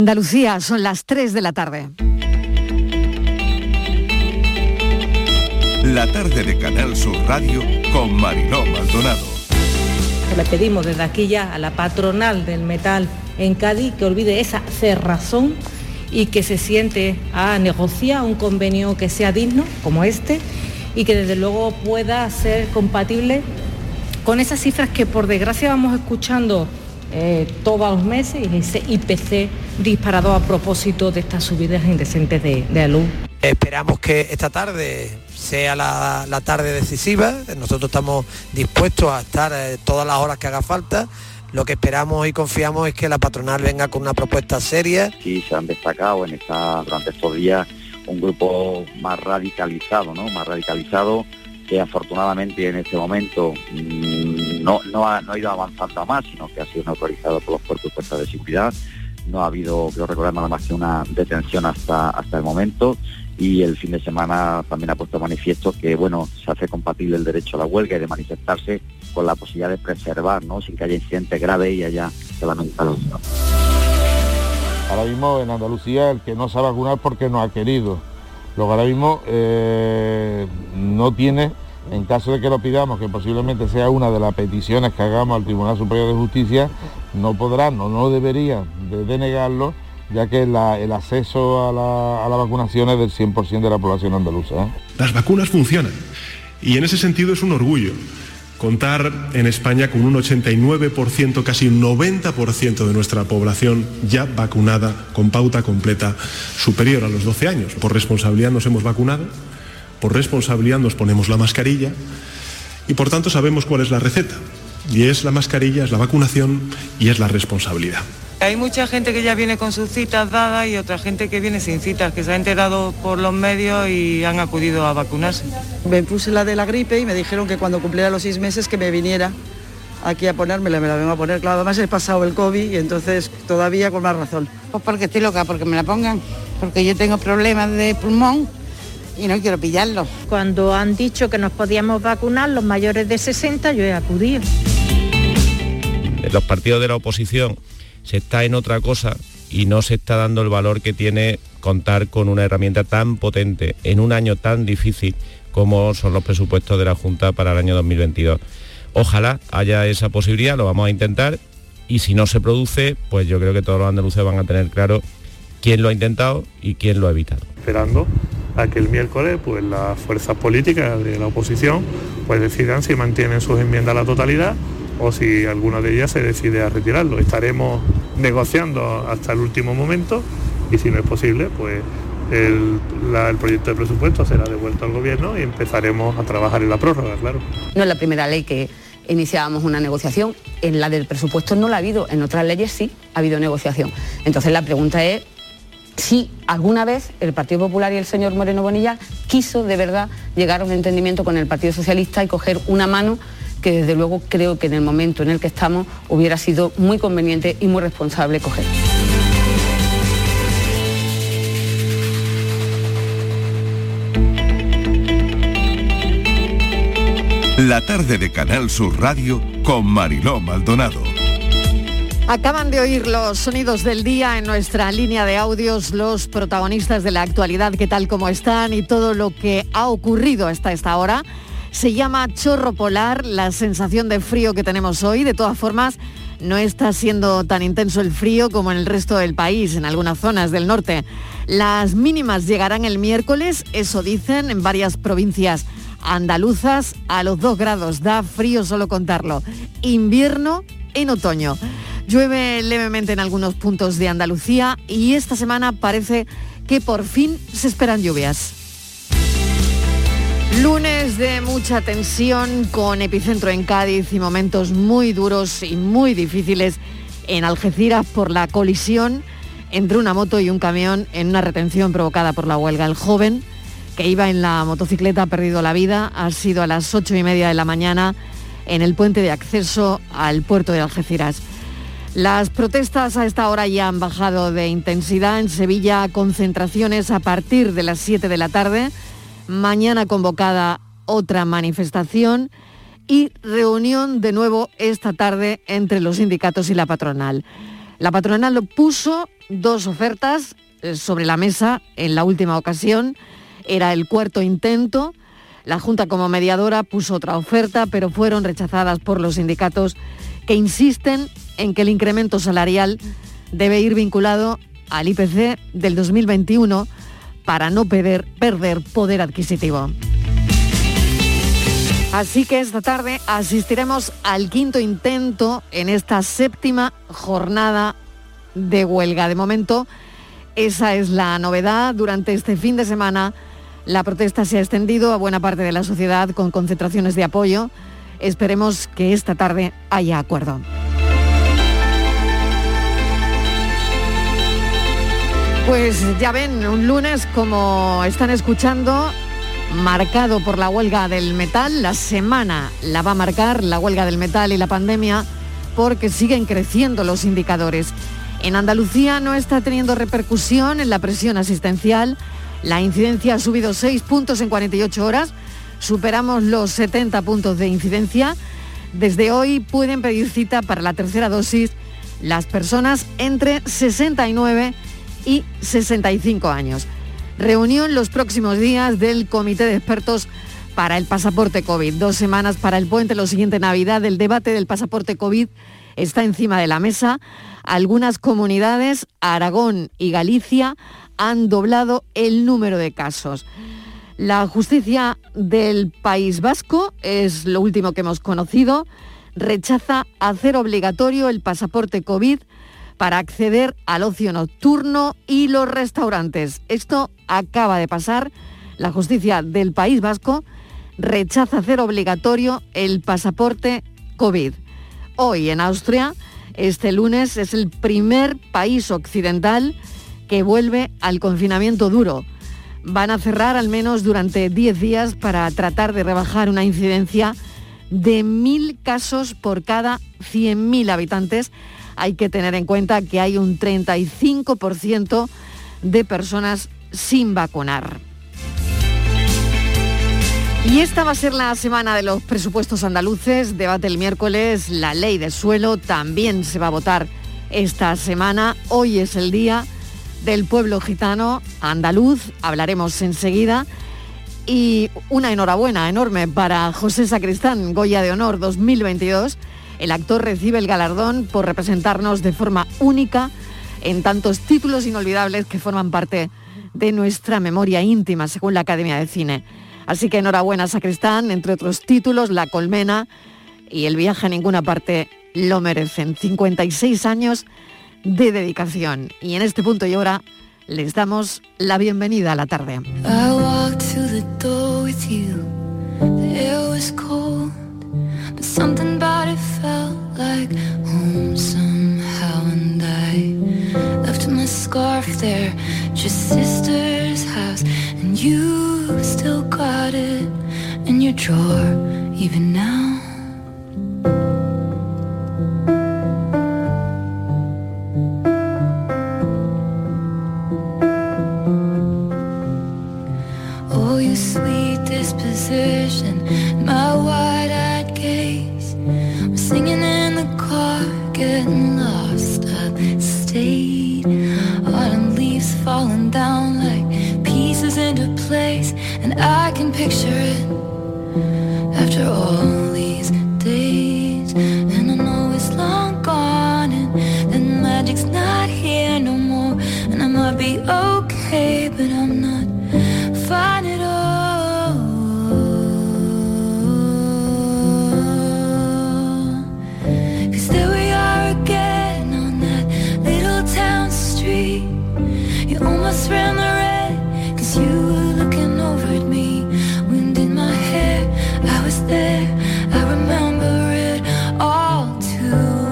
Andalucía, son las 3 de la tarde. La tarde de Canal Sur Radio con Mariló Maldonado. Le pedimos desde aquí ya a la patronal del metal en Cádiz que olvide esa cerrazón y que se siente a negociar un convenio que sea digno, como este, y que desde luego pueda ser compatible con esas cifras que por desgracia vamos escuchando todos los meses, y ese IPC disparado a propósito de estas subidas indecentes de la luz. Esperamos que esta tarde sea la tarde decisiva. Nosotros estamos dispuestos a estar todas las horas que haga falta. Lo que esperamos y confiamos es que la patronal venga con una propuesta seria. Sí, se han destacado durante estos días un grupo más radicalizado, ¿no? Más radicalizado, que afortunadamente en este momento no ha ido avanzando a más, sino que ha sido neutralizado por los cuerpos y fuerzas de seguridad. No ha habido, creo recordar, nada más que una detención hasta el momento, y el fin de semana también ha puesto de manifiesto que, se hace compatible el derecho a la huelga y de manifestarse con la posibilidad de preservar, ¿no?, sin que haya incidentes graves y haya que lamentarlo. Ahora mismo en Andalucía el que no se ha vacunado es porque no ha querido. Luego ahora mismo no tiene, en caso de que lo pidamos, que posiblemente sea una de las peticiones que hagamos al Tribunal Superior de Justicia, no podrán o no deberían de denegarlo, ya que el acceso a la vacunación es del 100% de la población andaluza. Las vacunas funcionan y en ese sentido es un orgullo contar en España con un 89%, casi un 90% de nuestra población ya vacunada con pauta completa superior a los 12 años. Por responsabilidad nos hemos vacunado, por responsabilidad nos ponemos la mascarilla y por tanto sabemos cuál es la receta. Y es la mascarilla, es la vacunación y es la responsabilidad. Hay mucha gente que ya viene con sus citas dadas y otra gente que viene sin citas, que se ha enterado por los medios y han acudido a vacunarse. Me puse la de la gripe y me dijeron que cuando cumpliera los 6 meses que me viniera aquí a ponérmela, me la vengo a poner. Claro, además he pasado el COVID y entonces todavía con más razón. Pues porque estoy loca, porque me la pongan, porque yo tengo problemas de pulmón y no quiero pillarlo. Cuando han dicho que nos podíamos vacunar los mayores de 60, yo he acudido. Los partidos de la oposición se está en otra cosa y no se está dando el valor que tiene contar con una herramienta tan potente en un año tan difícil como son los presupuestos de la Junta para el año 2022. Ojalá haya esa posibilidad, lo vamos a intentar, y si no se produce, pues yo creo que todos los andaluces van a tener claro quién lo ha intentado y quién lo ha evitado. Esperando a que el miércoles pues las fuerzas políticas de la oposición pues decidan si mantienen sus enmiendas a la totalidad o si alguna de ellas se decide a retirarlo. Estaremos negociando hasta el último momento y si no es posible, pues el proyecto de presupuesto será devuelto al gobierno y empezaremos a trabajar en la prórroga, claro. No es la primera ley que iniciábamos una negociación, en la del presupuesto no la ha habido, en otras leyes sí ha habido negociación. Entonces la pregunta es si alguna vez el Partido Popular y el señor Moreno Bonilla quiso de verdad llegar a un entendimiento con el Partido Socialista y coger una mano que desde luego creo que en el momento en el que estamos hubiera sido muy conveniente y muy responsable coger. La tarde de Canal Sur Radio con Mariló Maldonado. Acaban de oír los sonidos del día en nuestra línea de audios, los protagonistas de la actualidad, qué tal como están y todo lo que ha ocurrido hasta esta hora. Se llama chorro polar, la sensación de frío que tenemos hoy. De todas formas, no está siendo tan intenso el frío como en el resto del país, en algunas zonas del norte. Las mínimas llegarán el miércoles, eso dicen, en varias provincias andaluzas, a los 2 grados. Da frío solo contarlo. Invierno en otoño. Llueve levemente en algunos puntos de Andalucía y esta semana parece que por fin se esperan lluvias. Lunes de mucha tensión con epicentro en Cádiz y momentos muy duros y muy difíciles en Algeciras por la colisión entre una moto y un camión en una retención provocada por la huelga. El joven que iba en la motocicleta ha perdido la vida. Ha sido a las 8:30 de la mañana en el puente de acceso al puerto de Algeciras. Las protestas a esta hora ya han bajado de intensidad. En Sevilla, concentraciones a partir de las 7 de la tarde. Mañana convocada otra manifestación y reunión de nuevo esta tarde entre los sindicatos y la patronal. La patronal puso 2 ofertas sobre la mesa en la última ocasión. Era el 4º intento. La Junta, como mediadora, puso otra oferta, pero fueron rechazadas por los sindicatos, que insisten en que el incremento salarial debe ir vinculado al IPC del 2021 para no perder poder adquisitivo. Así que esta tarde asistiremos al 5º intento en esta 7ª jornada de huelga. De momento, esa es la novedad. Durante este fin de semana, la protesta se ha extendido a buena parte de la sociedad con concentraciones de apoyo. Esperemos que esta tarde haya acuerdo. Pues ya ven, un lunes, como están escuchando, marcado por la huelga del metal. La semana la va a marcar la huelga del metal y la pandemia, porque siguen creciendo los indicadores. En Andalucía no está teniendo repercusión en la presión asistencial. La incidencia ha subido 6 puntos en 48 horas. Superamos los 70 puntos de incidencia. Desde hoy pueden pedir cita para la 3ª dosis las personas entre 69 y 65 años. Reunión los próximos días del Comité de Expertos para el pasaporte COVID. 2 semanas para el puente, lo siguiente Navidad. El debate del pasaporte COVID está encima de la mesa. Algunas comunidades, Aragón y Galicia, han doblado el número de casos. La justicia del País Vasco, es lo último que hemos conocido, rechaza hacer obligatorio el pasaporte COVID para acceder al ocio nocturno y los restaurantes. Esto acaba de pasar. La justicia del País Vasco rechaza hacer obligatorio el pasaporte COVID. Hoy en Austria, este lunes, es el primer país occidental que vuelve al confinamiento duro. Van a cerrar al menos durante 10 días para tratar de rebajar una incidencia de 1.000 casos por cada 100.000 habitantes. Hay que tener en cuenta que hay un 35% de personas sin vacunar. Y esta va a ser la semana de los presupuestos andaluces. Debate el miércoles, la ley de suelo también se va a votar esta semana. Hoy es el día del pueblo gitano andaluz, hablaremos enseguida. Y una enhorabuena enorme para José Sacristán, Goya de Honor 2022. El actor recibe el galardón por representarnos de forma única en tantos títulos inolvidables que forman parte de nuestra memoria íntima, según la Academia de Cine. Así que enhorabuena, Sacristán, entre otros títulos, La Colmena y El viaje a ninguna parte lo merecen. 56 años de dedicación. Y en este punto y hora les damos la bienvenida a la tarde. Something about it felt like home somehow, and I left my scarf there, just sister's house, and you still got it in your drawer even now. Oh, your sweet disposition, my wide-eyed gaze, we're singing in the car, getting lost upstate. Autumn leaves falling down like pieces into place, and I can picture it after all these days. And I know it's long gone, and the magic's not here no more. And I might be okay, but I'm not fine at all. Almost ran the red, 'cause you were looking over at me. Wind in my hair, I was there, I remember it all too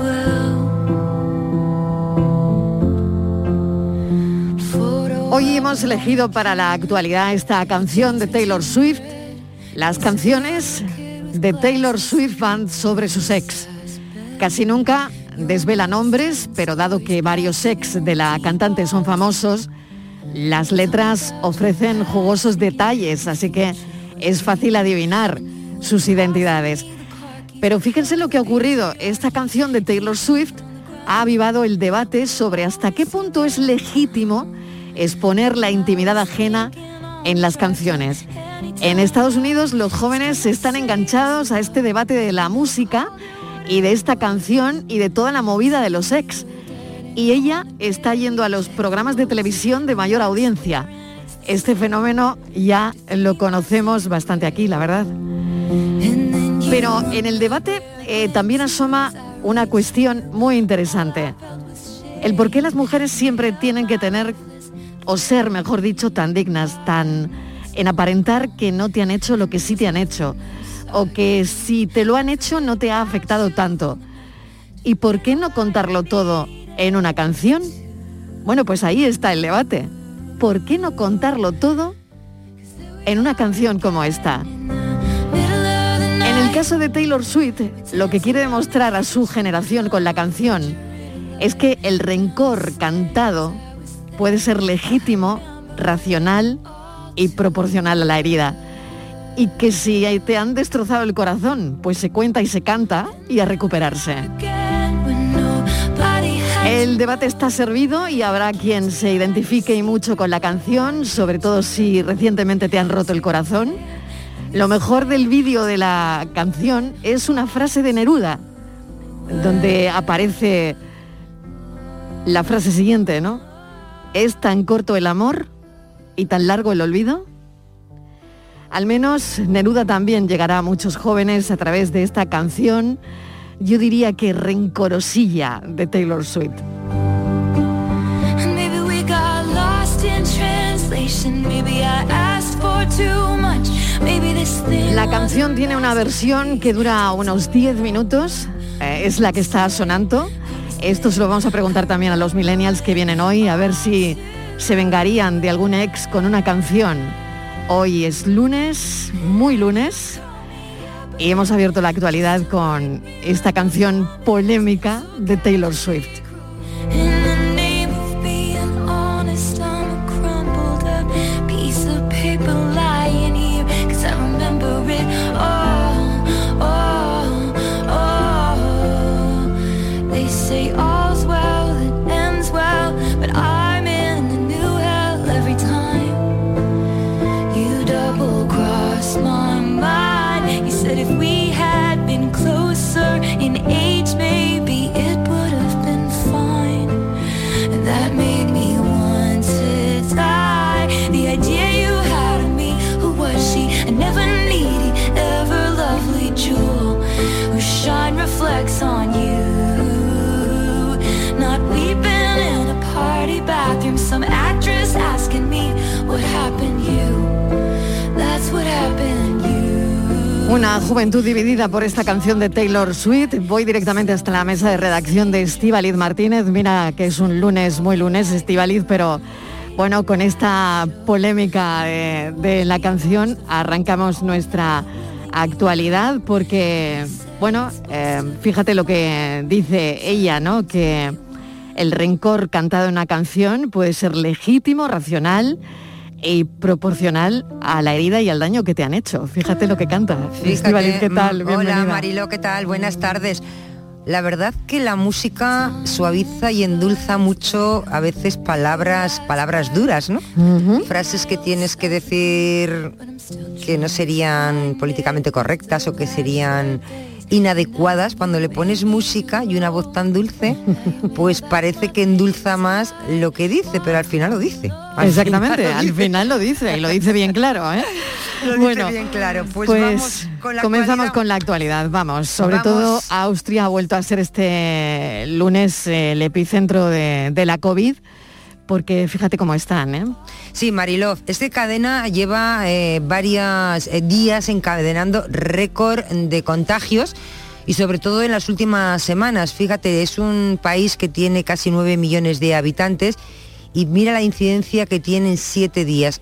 well. Hoy hemos elegido para la actualidad esta canción de Taylor Swift. Las canciones de Taylor Swift van sobre sus ex. Casi nunca desvela nombres, pero dado que varios ex de la cantante son famosos, las letras ofrecen jugosos detalles, así que es fácil adivinar sus identidades. Pero fíjense lo que ha ocurrido. Esta canción de Taylor Swift ha avivado el debate sobre hasta qué punto es legítimo exponer la intimidad ajena en las canciones. En Estados Unidos los jóvenes están enganchados a este debate de la música y de esta canción y de toda la movida de los ex. Y ella está yendo a los programas de televisión de mayor audiencia. Este fenómeno ya lo conocemos bastante aquí, la verdad. Pero en el debate también asoma una cuestión muy interesante. El por qué las mujeres siempre tienen que tener, o ser, mejor dicho, tan dignas, tan en aparentar que no te han hecho lo que sí te han hecho, o que si te lo han hecho no te ha afectado tanto. ¿Y por qué no contarlo todo en una canción? Bueno, pues ahí está el debate. ¿Por qué no contarlo todo en una canción como esta? En el caso de Taylor Swift, lo que quiere demostrar a su generación con la canción es que el rencor cantado puede ser legítimo, racional y proporcional a la herida. Y que si te han destrozado el corazón, pues se cuenta y se canta y a recuperarse. El debate está servido y habrá quien se identifique y mucho con la canción, sobre todo si recientemente te han roto el corazón. Lo mejor del vídeo de la canción es una frase de Neruda, donde aparece la frase siguiente, ¿no? ¿Es tan corto el amor y tan largo el olvido? Al menos Neruda también llegará a muchos jóvenes a través de esta canción, yo diría que rencorosilla, de Taylor Swift. La canción tiene una versión que dura unos 10 minutos, es la que está sonando. Esto se lo vamos a preguntar también a los millennials que vienen hoy, a ver si se vengarían de algún ex con una canción. Hoy es lunes, muy lunes, y hemos abierto la actualidad con esta canción polémica de Taylor Swift. Una juventud dividida por esta canción de Taylor Swift. Voy directamente hasta la mesa de redacción de Estíbaliz Martínez. Mira que es un lunes, muy lunes, Estíbaliz, pero bueno, con esta polémica de la canción arrancamos nuestra actualidad porque, bueno, fíjate lo que dice ella, ¿no? Que el rencor cantado en una canción puede ser legítimo, racional y proporcional a la herida y al daño que te han hecho. Fíjate lo que canta. Estíbaliz, ¿qué tal? Hola Mariló, ¿qué tal? Buenas tardes. La verdad que la música suaviza y endulza mucho a veces palabras duras, ¿no? Frases que tienes que decir que no serían políticamente correctas o que serían inadecuadas. Cuando le pones música y una voz tan dulce, pues parece que endulza más lo que dice, pero al final lo dice. Exactamente, al final lo dice, y lo dice bien claro, ¿eh? Lo dice bien claro. Pues vamos con la comenzamos actualidad. Con la actualidad, vamos. Sobre todo Austria ha vuelto a ser este lunes el epicentro de la COVID, porque fíjate cómo están, ¿eh? Sí, Mariló, esta cadena lleva varios días encadenando récord de contagios y sobre todo en las últimas semanas. Fíjate, es un país que tiene casi 9 millones de habitantes y mira la incidencia que tiene en 7 días,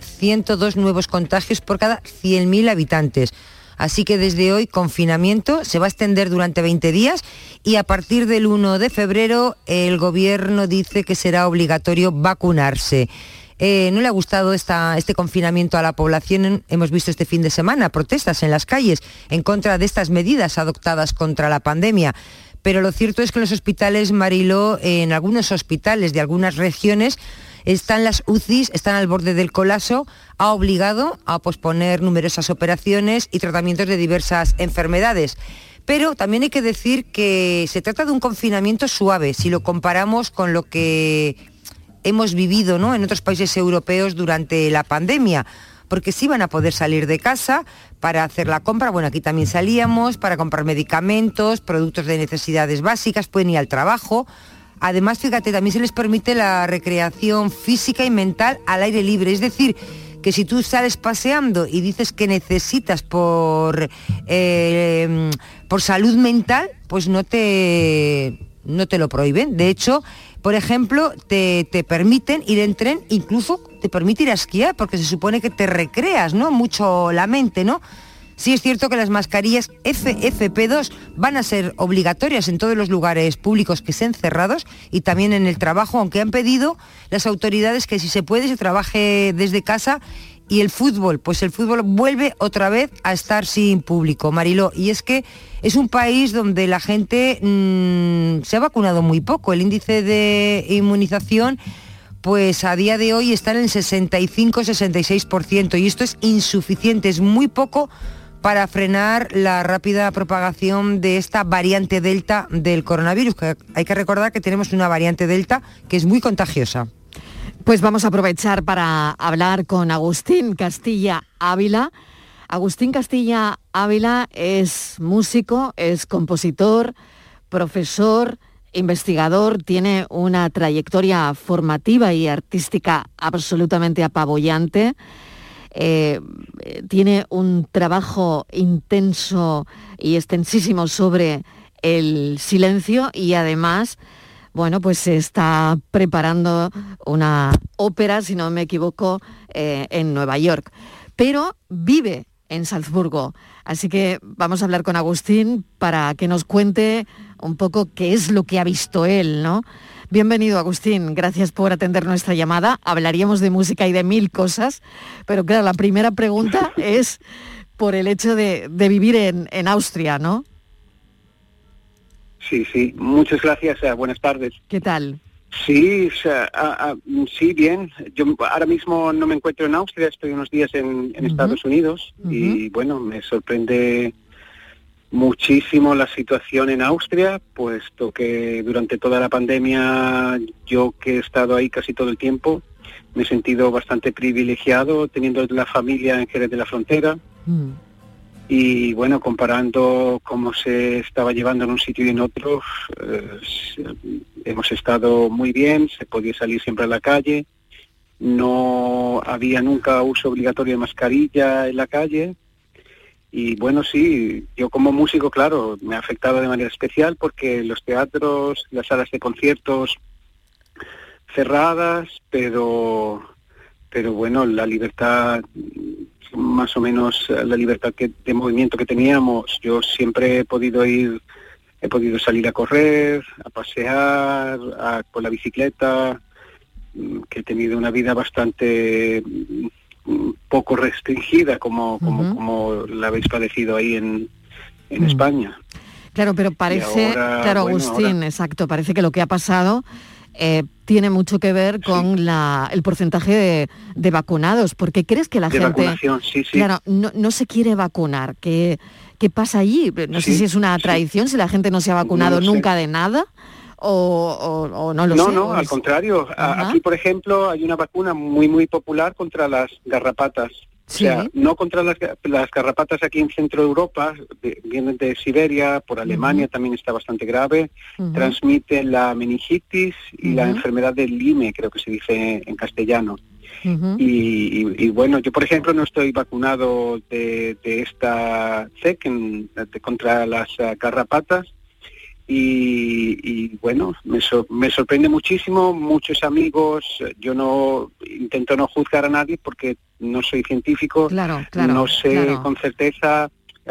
1.102 nuevos contagios por cada 100.000 habitantes. Así que desde hoy confinamiento se va a extender durante 20 días y a partir del 1 de febrero el gobierno dice que será obligatorio vacunarse. No le ha gustado este confinamiento a la población. Hemos visto este fin de semana protestas en las calles en contra de estas medidas adoptadas contra la pandemia. pero lo cierto es que en los hospitales, Mariló, en algunos hospitales de algunas regiones, están las UCIs, están al borde del colapso, ha obligado a posponer numerosas operaciones y tratamientos de diversas enfermedades. Pero también hay que decir que se trata de un confinamiento suave, si lo comparamos con lo que hemos vivido, ¿no?, en otros países europeos durante la pandemia, porque sí van a poder salir de casa para hacer la compra, bueno, aquí también salíamos, para comprar medicamentos, productos de necesidades básicas, pueden ir al trabajo. Además, fíjate, también se les permite la recreación física y mental al aire libre, es decir, que si tú sales paseando y dices que necesitas por salud mental, pues no te lo prohíben. De hecho, por ejemplo, te permiten ir en tren, incluso te permite ir a esquiar, porque se supone que te recreas, ¿no?, mucho la mente, ¿no? Sí es cierto que las mascarillas FFP2 van a ser obligatorias en todos los lugares públicos que sean cerrados y también en el trabajo, aunque han pedido las autoridades que si se puede se trabaje desde casa. Y el fútbol, pues el fútbol vuelve otra vez a estar sin público, Mariló. Y es que es un país donde la gente se ha vacunado muy poco. El índice de inmunización, pues a día de hoy está en el 65-66%. Y esto es insuficiente, es muy poco para frenar la rápida propagación de esta variante Delta del coronavirus. Que hay que recordar que tenemos una variante Delta que es muy contagiosa. Pues vamos a aprovechar para hablar con Agustín Castilla Ávila. Agustín Castilla Ávila es músico, es compositor, profesor, investigador, tiene una trayectoria formativa y artística absolutamente apabullante. Tiene un trabajo intenso y extensísimo sobre el silencio y además, bueno, pues se está preparando una ópera, si no me equivoco, en Nueva York. Pero vive en Salzburgo. Así que vamos a hablar con Agustín para que nos cuente un poco qué es lo que ha visto él, ¿no? Bienvenido, Agustín. Gracias por atender nuestra llamada. Hablaríamos de música y de mil cosas, pero claro, la primera pregunta es por el hecho de vivir en Austria, ¿no? Sí, muchas gracias, buenas tardes. ¿Qué tal? Sí, sí, bien. Yo ahora mismo no me encuentro en Austria, estoy unos días en Estados Unidos y bueno, me sorprende muchísimo la situación en Austria, puesto que durante toda la pandemia, yo que he estado ahí casi todo el tiempo, me he sentido bastante privilegiado teniendo la familia en Jerez de la Frontera. Y bueno, comparando cómo se estaba llevando en un sitio y en otro, hemos estado muy bien, se podía salir siempre a la calle, no había nunca uso obligatorio de mascarilla en la calle. Y bueno, sí, yo como músico, claro, me ha afectado de manera especial porque los teatros, las salas de conciertos cerradas, pero bueno, la libertad, más o menos la libertad de movimiento que teníamos, yo siempre he podido salir a correr, a pasear, con la bicicleta, que he tenido una vida bastante poco restringida como la habéis padecido ahí en España. Claro, pero parece, ahora, claro, bueno, Agustín, exacto, parece que lo que ha pasado tiene mucho que ver con el porcentaje de vacunados, porque crees que la gente, claro, no se quiere vacunar. ¿Qué pasa allí? No sé si es una tradición, si la gente no se ha vacunado nunca de nada, o no lo sé. No, al contrario. Aquí, por ejemplo, hay una vacuna muy, muy popular contra las garrapatas. Sí. O sea, no contra las garrapatas aquí en Centro Europa, vienen de Siberia, por Alemania también está bastante grave, transmiten la meningitis y la enfermedad del Lyme, creo que se dice en castellano. Y bueno, yo por ejemplo no estoy vacunado de esta CEC contra las garrapatas. Y bueno, me sorprende muchísimo, muchos amigos, yo no intento no juzgar a nadie porque no soy científico, no sé con certeza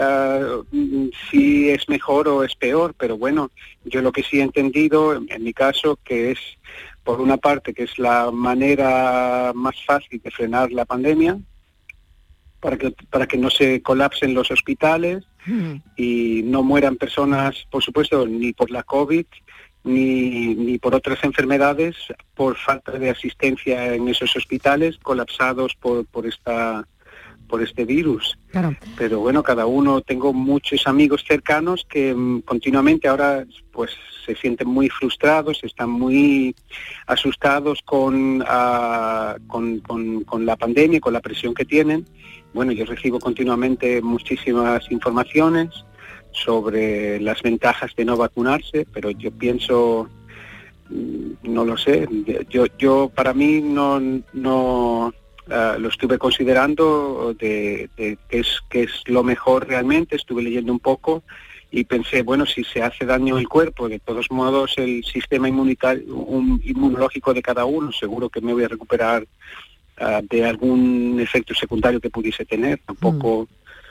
si es mejor o es peor, pero bueno, yo lo que sí he entendido, en mi caso, que es, por una parte, que es la manera más fácil de frenar la pandemia, para que no se colapsen los hospitales y no mueran personas, por supuesto, ni por la COVID ni por otras enfermedades, por falta de asistencia en esos hospitales colapsados por este virus. Claro. Pero bueno, cada uno, tengo muchos amigos cercanos que continuamente ahora pues se sienten muy frustrados, están muy asustados con la pandemia, con la presión que tienen. Bueno, yo recibo continuamente muchísimas informaciones sobre las ventajas de no vacunarse, pero yo pienso, no lo sé, yo para mí no lo estuve considerando de qué es lo mejor realmente. Estuve leyendo un poco y pensé, bueno, si se hace daño al cuerpo, de todos modos el sistema inmunológico de cada uno, seguro que me voy a recuperar de algún efecto secundario que pudiese tener. Tampoco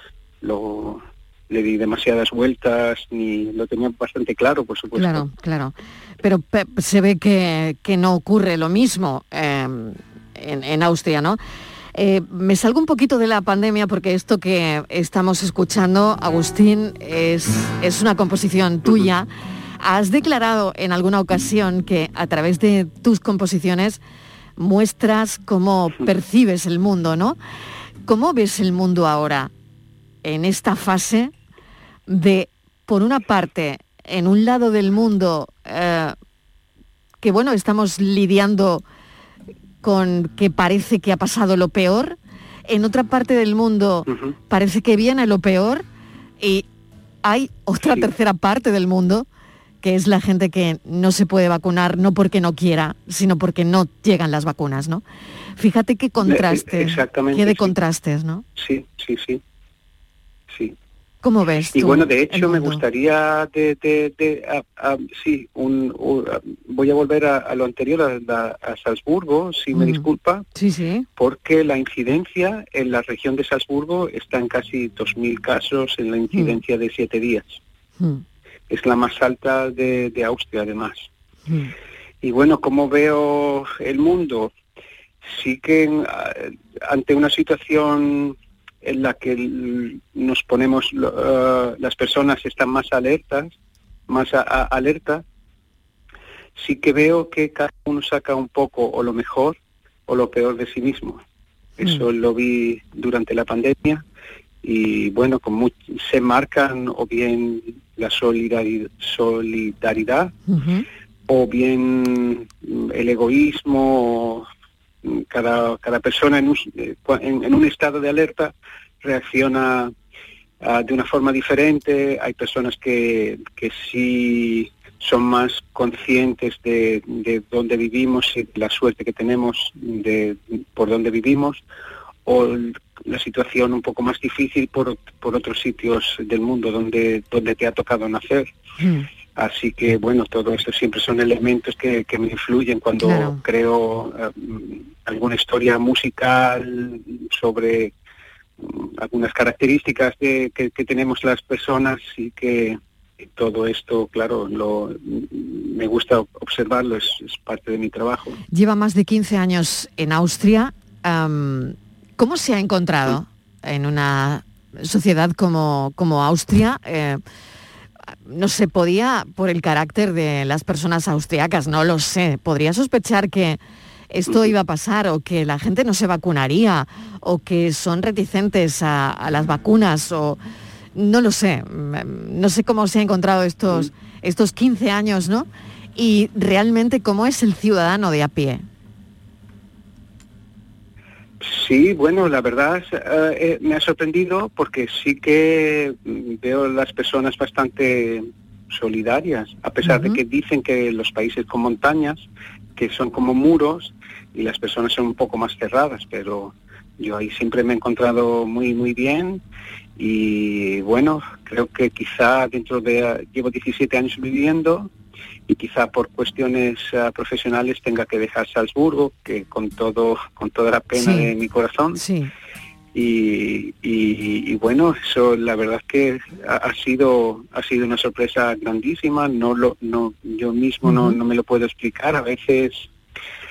le di demasiadas vueltas, ni lo tenía bastante claro, por supuesto. Claro. Pero se ve que no ocurre lo mismo en Austria, ¿no? Me salgo un poquito de la pandemia porque esto que estamos escuchando, Agustín, es una composición tuya. Has declarado en alguna ocasión que a través de tus composiciones muestras cómo percibes el mundo, ¿no? ¿Cómo ves el mundo ahora, en esta fase de, por una parte, en un lado del mundo que, bueno, estamos lidiando con que parece que ha pasado lo peor, en otra parte del mundo parece que viene lo peor, y hay otra tercera parte del mundo que es la gente que no se puede vacunar, no porque no quiera, sino porque no llegan las vacunas, ¿no? Fíjate qué contrastes, exactamente, qué de contrastes, ¿no? Sí. ¿Cómo ves tú? Y bueno, de hecho me gustaría voy a volver a lo anterior, a Salzburgo, si me disculpa. Sí. Porque la incidencia en la región de Salzburgo está en casi 2.000 casos en la incidencia de 7 días. Es la más alta de Austria, además. Y bueno, ¿cómo veo el mundo? Sí que ante una situación en la que nos ponemos, las personas están más alerta, sí que veo que cada uno saca un poco o lo mejor o lo peor de sí mismo. Eso lo vi durante la pandemia y bueno, se marcan o bien la solidaridad o bien el egoísmo. Cada persona en un estado de alerta reacciona de una forma diferente. Hay personas que sí son más conscientes de dónde vivimos y la suerte que tenemos por dónde vivimos, o la situación un poco más difícil por otros sitios del mundo donde te ha tocado nacer. Así que bueno, todo esto siempre son elementos que me influyen cuando creo alguna historia musical sobre algunas características que tenemos las personas, y que todo esto, claro, me gusta observarlo, es parte de mi trabajo. Lleva más de 15 años en Austria. ¿Cómo se ha encontrado en una sociedad como Austria? No se podía, por el carácter de las personas austriacas, no lo sé, podría sospechar que esto iba a pasar, o que la gente no se vacunaría, o que son reticentes a las vacunas, o no lo sé. No sé cómo se ha encontrado estos 15 años, ¿no? Y realmente cómo es el ciudadano de a pie. Sí, bueno, la verdad me ha sorprendido, porque sí que veo las personas bastante solidarias, a pesar de que dicen que los países con montañas, que son como muros, y las personas son un poco más cerradas, pero yo ahí siempre me he encontrado muy, muy bien. Y bueno, creo que quizá llevo 17 años viviendo, y quizá por cuestiones profesionales tenga que dejar Salzburgo, que con toda la pena de mi corazón. Y bueno, eso la verdad que ha sido una sorpresa grandísima. Yo mismo no me lo puedo explicar. A veces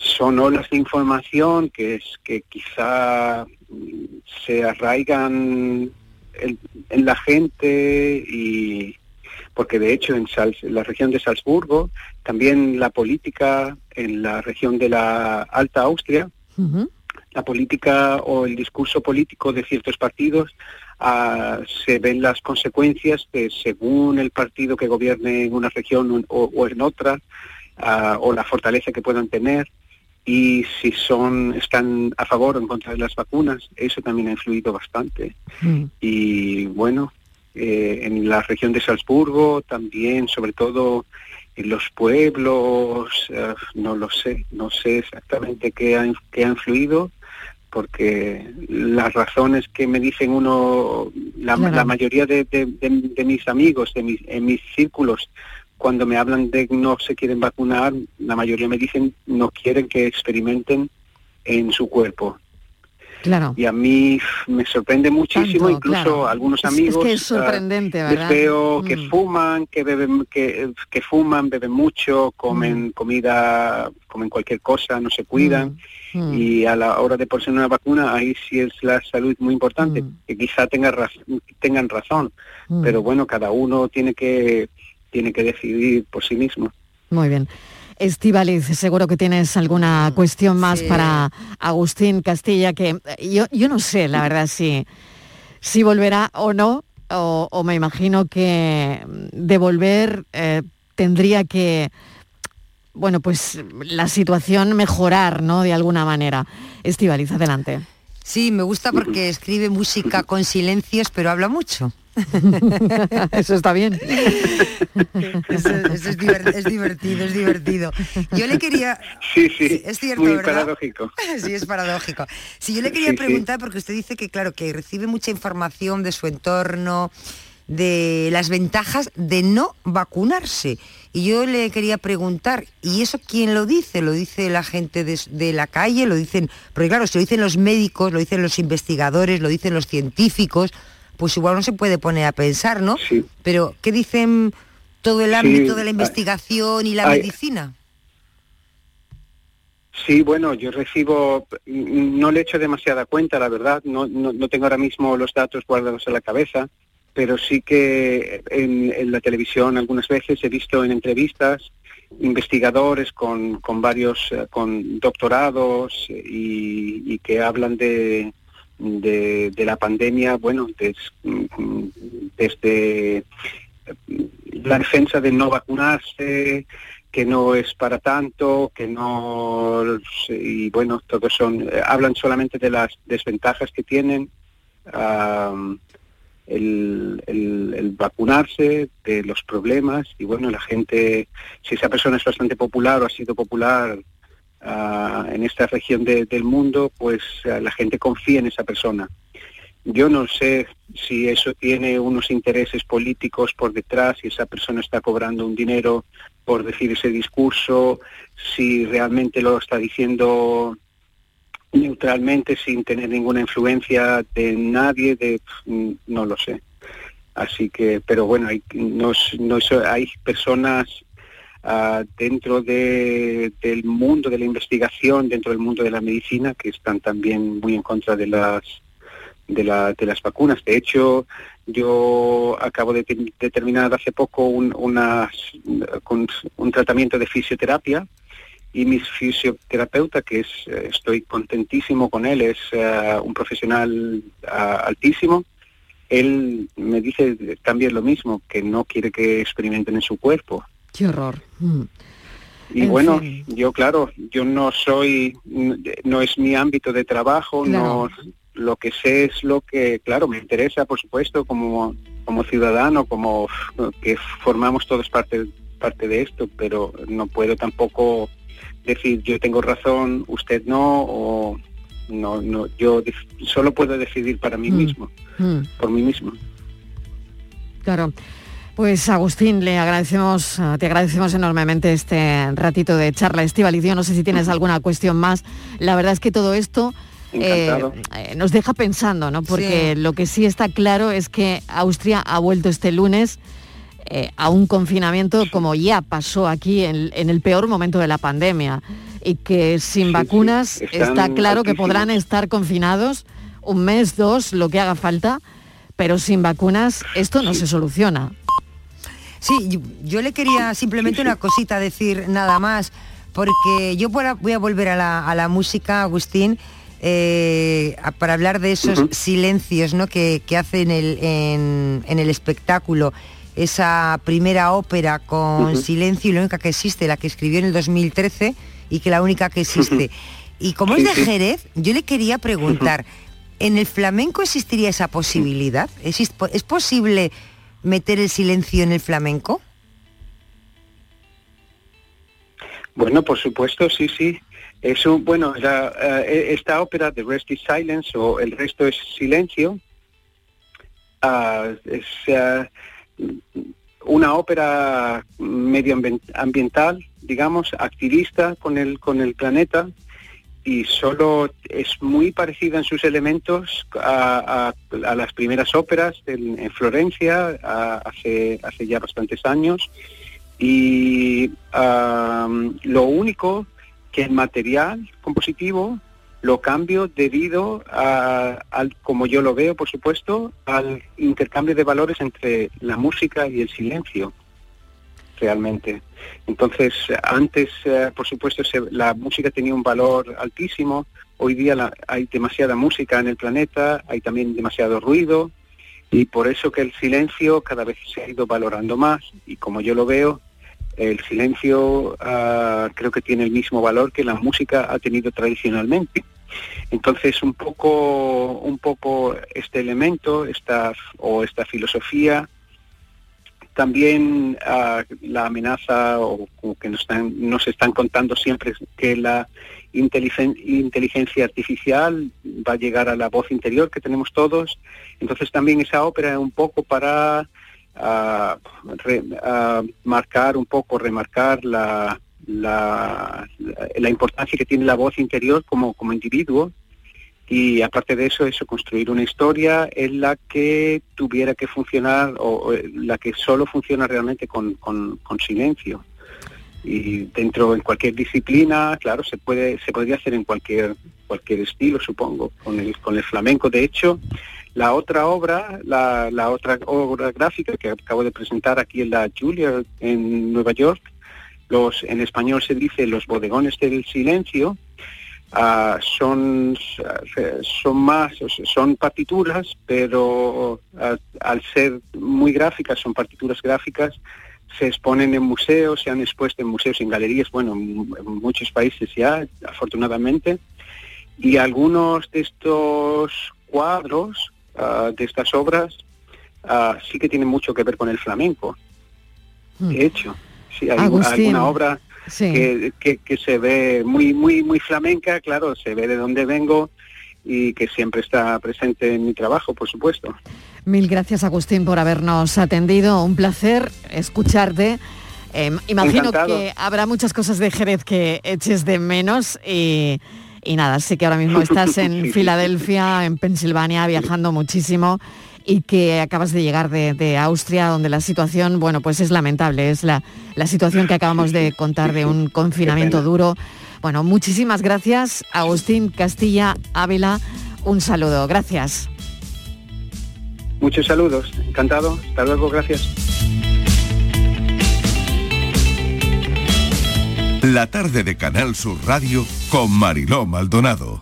son olas de información que quizá se arraigan en la gente, y porque de hecho en la región de Salzburgo, también la política en la región de la Alta Austria, la política o el discurso político de ciertos partidos, se ven las consecuencias de según el partido que gobierne en una región o en otra, o la fortaleza que puedan tener, y si están a favor o en contra de las vacunas. Eso también ha influido bastante. Y bueno, en la región de Salzburgo también, sobre todo en los pueblos, no sé exactamente qué ha influido, porque las razones que me dicen la mayoría de mis amigos, en mis círculos, cuando me hablan de no se quieren vacunar, la mayoría me dicen no quieren que experimenten en su cuerpo. Claro. Y a mí me sorprende muchísimo, incluso algunos amigos. Es que es sorprendente, ¿verdad? Les veo que fuman, que beben, que fuman, beben mucho, comen comida, comen cualquier cosa, no se cuidan. Y a la hora de ponerse una vacuna, ahí sí es la salud muy importante, que quizá tengan razón, pero bueno, cada uno tiene que decidir por sí mismo. Muy bien. Estíbaliz, seguro que tienes alguna cuestión más para Agustín Castilla, que yo no sé, la verdad, si volverá o no, o me imagino que de volver tendría que, bueno, pues la situación mejorar, ¿no?, de alguna manera. Estíbaliz, adelante. Sí, me gusta porque escribe música con silencios, pero habla mucho. Eso está bien. Eso es divertido. Yo le quería... Sí, es cierto, muy ¿verdad? paradójico. Sí, es paradójico. Sí, yo le quería preguntar, porque usted dice que, claro, que recibe mucha información de su entorno, de las ventajas de no vacunarse. Y yo le quería preguntar, ¿y eso quién lo dice? ¿Lo dice la gente de la calle? ¿Lo dicen? Porque claro, si lo dicen los médicos, lo dicen los investigadores, lo dicen los científicos, pues igual no se puede poner a pensar, ¿no? Sí. Pero, ¿qué dicen todo el ámbito de la investigación y la medicina? Sí, bueno, yo no le echo demasiada cuenta, la verdad, no tengo ahora mismo los datos guardados en la cabeza, pero sí que en la televisión algunas veces he visto en entrevistas investigadores con varios, con doctorados y que hablan de la pandemia, bueno, desde la defensa de no vacunarse, que no es para tanto, que no, y bueno, todos hablan solamente de las desventajas que tienen el vacunarse, de los problemas, y bueno, la gente, si esa persona es bastante popular o ha sido popular en esta región del mundo, pues la gente confía en esa persona. Yo no sé si eso tiene unos intereses políticos por detrás, si esa persona está cobrando un dinero por decir ese discurso, si realmente lo está diciendo neutralmente, sin tener ninguna influencia de nadie, no lo sé. Así que, pero bueno, hay personas dentro del mundo de la investigación, dentro del mundo de la medicina, que están también muy en contra de las vacunas. De hecho, yo acabo de terminar hace poco un tratamiento de fisioterapia, y mi fisioterapeuta, que estoy contentísimo con él, es un profesional altísimo. Él me dice también lo mismo, que no quiere que experimenten en su cuerpo. ¡Qué horror! Y bueno, yo no es mi ámbito de trabajo, claro. No, lo que sé es lo que, claro, me interesa, por supuesto, como ciudadano, como que formamos todos parte de esto, pero no puedo tampoco decir yo tengo razón, usted no, o no, yo solo puedo decidir para mí mismo, por mí mismo. Claro. Pues Agustín, te agradecemos enormemente este ratito de charla. Estíbaliz, yo no sé si tienes alguna cuestión más. La verdad es que todo esto nos deja pensando, ¿no? Porque lo que sí está claro es que Austria ha vuelto este lunes a un confinamiento como ya pasó aquí en el peor momento de la pandemia. y que sin vacunas está claro que podrán estar confinados un mes, 2, lo que haga falta, pero sin vacunas esto no se soluciona. Sí, yo le quería simplemente una cosita decir nada más, porque yo voy a volver a la música, Agustín, para hablar de esos silencios, ¿no?, que hacen en el espectáculo. Esa primera ópera con silencio, y la única que existe, la que escribió en el 2013, y que la única que existe. Y como es de Jerez, yo le quería preguntar, ¿en el flamenco existiría esa posibilidad? ¿Es posible meter el silencio en el flamenco? Bueno, por supuesto, sí. Eso, bueno, esta ópera, The Rest is Silence, o El resto es silencio, es una ópera medioambiental, digamos, activista con el planeta, y solo es muy parecida en sus elementos a las primeras óperas en Florencia hace ya bastantes años, y lo único que el material compositivo lo cambio debido al, como yo lo veo, por supuesto, al intercambio de valores entre la música y el silencio, realmente. Entonces, antes, por supuesto, la música tenía un valor altísimo. Hoy día hay demasiada música en el planeta, hay también demasiado ruido, y por eso que el silencio cada vez se ha ido valorando más. Y como yo lo veo, el silencio creo que tiene el mismo valor que la música ha tenido tradicionalmente. Entonces, un poco este elemento, esta filosofía, también la amenaza, o que nos están contando siempre, que la inteligencia artificial va a llegar a la voz interior que tenemos todos. Entonces también esa ópera es un poco para remarcar la importancia que tiene la voz interior como individuo, y aparte de eso, construir una historia en la que tuviera que funcionar, o la que solo funciona realmente con silencio. Y en cualquier disciplina, claro, se podría hacer en cualquier estilo, supongo, con el flamenco. De hecho, la otra obra gráfica que acabo de presentar aquí en la Juilliard en Nueva York, en español se dice Los bodegones del silencio, son partituras, pero al ser muy gráficas, son partituras gráficas, se exponen en museos, se han expuesto en museos, en galerías, bueno, en muchos países ya, afortunadamente, y algunos de estos cuadros, de estas obras, sí que tienen mucho que ver con el flamenco. De hecho, sí, hay alguna obra que se ve muy flamenca, claro, se ve de dónde vengo, y que siempre está presente en mi trabajo, por supuesto. Mil gracias, Agustín, por habernos atendido. Un placer escucharte. Imagino Encantado. que habrá muchas cosas de Jerez que eches de menos, y nada, sé que ahora mismo estás en Filadelfia, en Pensilvania, viajando muchísimo, y que acabas de llegar de Austria, donde la situación, bueno, pues es lamentable, es la situación que acabamos de contar de un confinamiento duro. Bueno, muchísimas gracias, Agustín Castilla Ávila, un saludo, gracias. Muchos saludos, encantado, hasta luego, gracias. La tarde de Canal Sur Radio con Mariló Maldonado.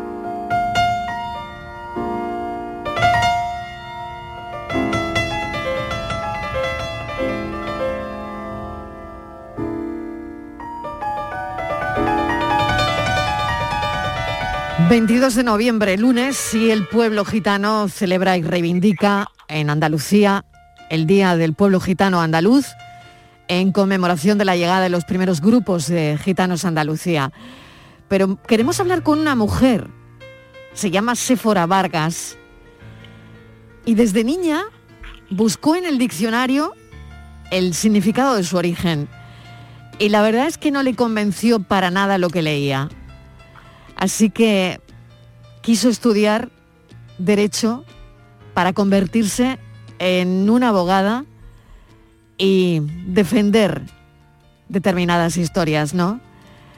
...22 de noviembre, lunes, y el pueblo gitano celebra y reivindica en Andalucía el Día del Pueblo Gitano Andaluz, en conmemoración de la llegada de los primeros grupos de gitanos a Andalucía. Pero queremos hablar con una mujer, se llama Séfora Vargas, y desde niña buscó en el diccionario el significado de su origen, y la verdad es que no le convenció para nada lo que leía. Así que quiso estudiar Derecho para convertirse en una abogada y defender determinadas historias, ¿no?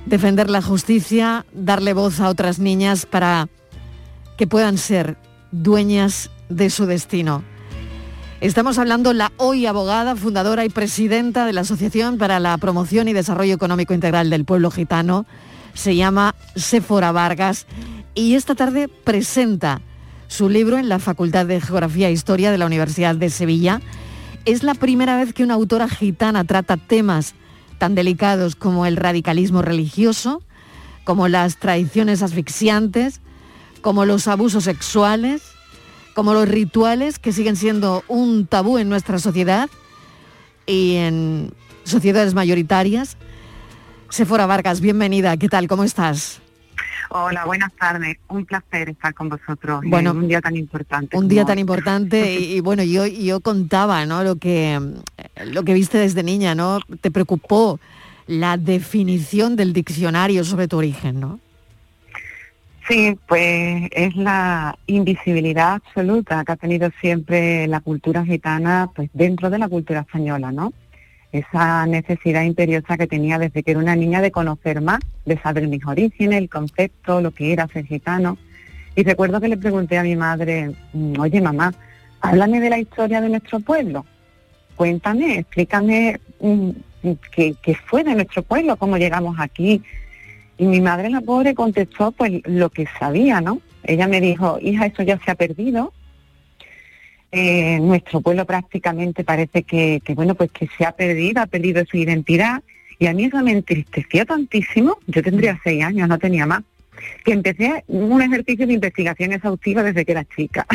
defender la justicia, darle voz a otras niñas para que puedan ser dueñas de su destino. Estamos hablando la hoy abogada, fundadora y presidenta de la Asociación para la Promoción y Desarrollo Económico Integral del Pueblo Gitano. Se llama Séfora Vargas y esta tarde presenta su libro en la Facultad de Geografía e Historia de la Universidad de Sevilla. Es la primera vez que una autora gitana trata temas tan delicados como el radicalismo religioso, como las tradiciones asfixiantes, como los abusos sexuales, como los rituales que siguen siendo un tabú en nuestra sociedad y en sociedades mayoritarias. Séfora Vargas, bienvenida. ¿Qué tal? ¿Cómo estás? Hola, buenas tardes. Un placer estar con vosotros bueno, en un día tan importante. Un día tan importante y bueno, yo contaba, ¿no? Lo que viste desde niña, ¿no? Te preocupó la definición del diccionario sobre tu origen, ¿no? Sí, pues es la invisibilidad absoluta que ha tenido siempre la cultura gitana, pues dentro de la cultura española, ¿no? Esa necesidad imperiosa que tenía desde que era una niña de conocer más, de saber mis orígenes, el concepto, lo que era ser gitano. Y recuerdo que le pregunté a mi madre, oye mamá, háblame de la historia de nuestro pueblo, cuéntame, explícame qué fue de nuestro pueblo, cómo llegamos aquí. Y mi madre, la pobre, contestó pues lo que sabía, ¿no? Ella me dijo, hija, eso ya se ha perdido. Nuestro pueblo prácticamente parece que se ha perdido su identidad, y a mí eso me entristeció tantísimo. Yo tendría 6 años, no tenía más, que empecé un ejercicio de investigación exhaustiva desde que era chica.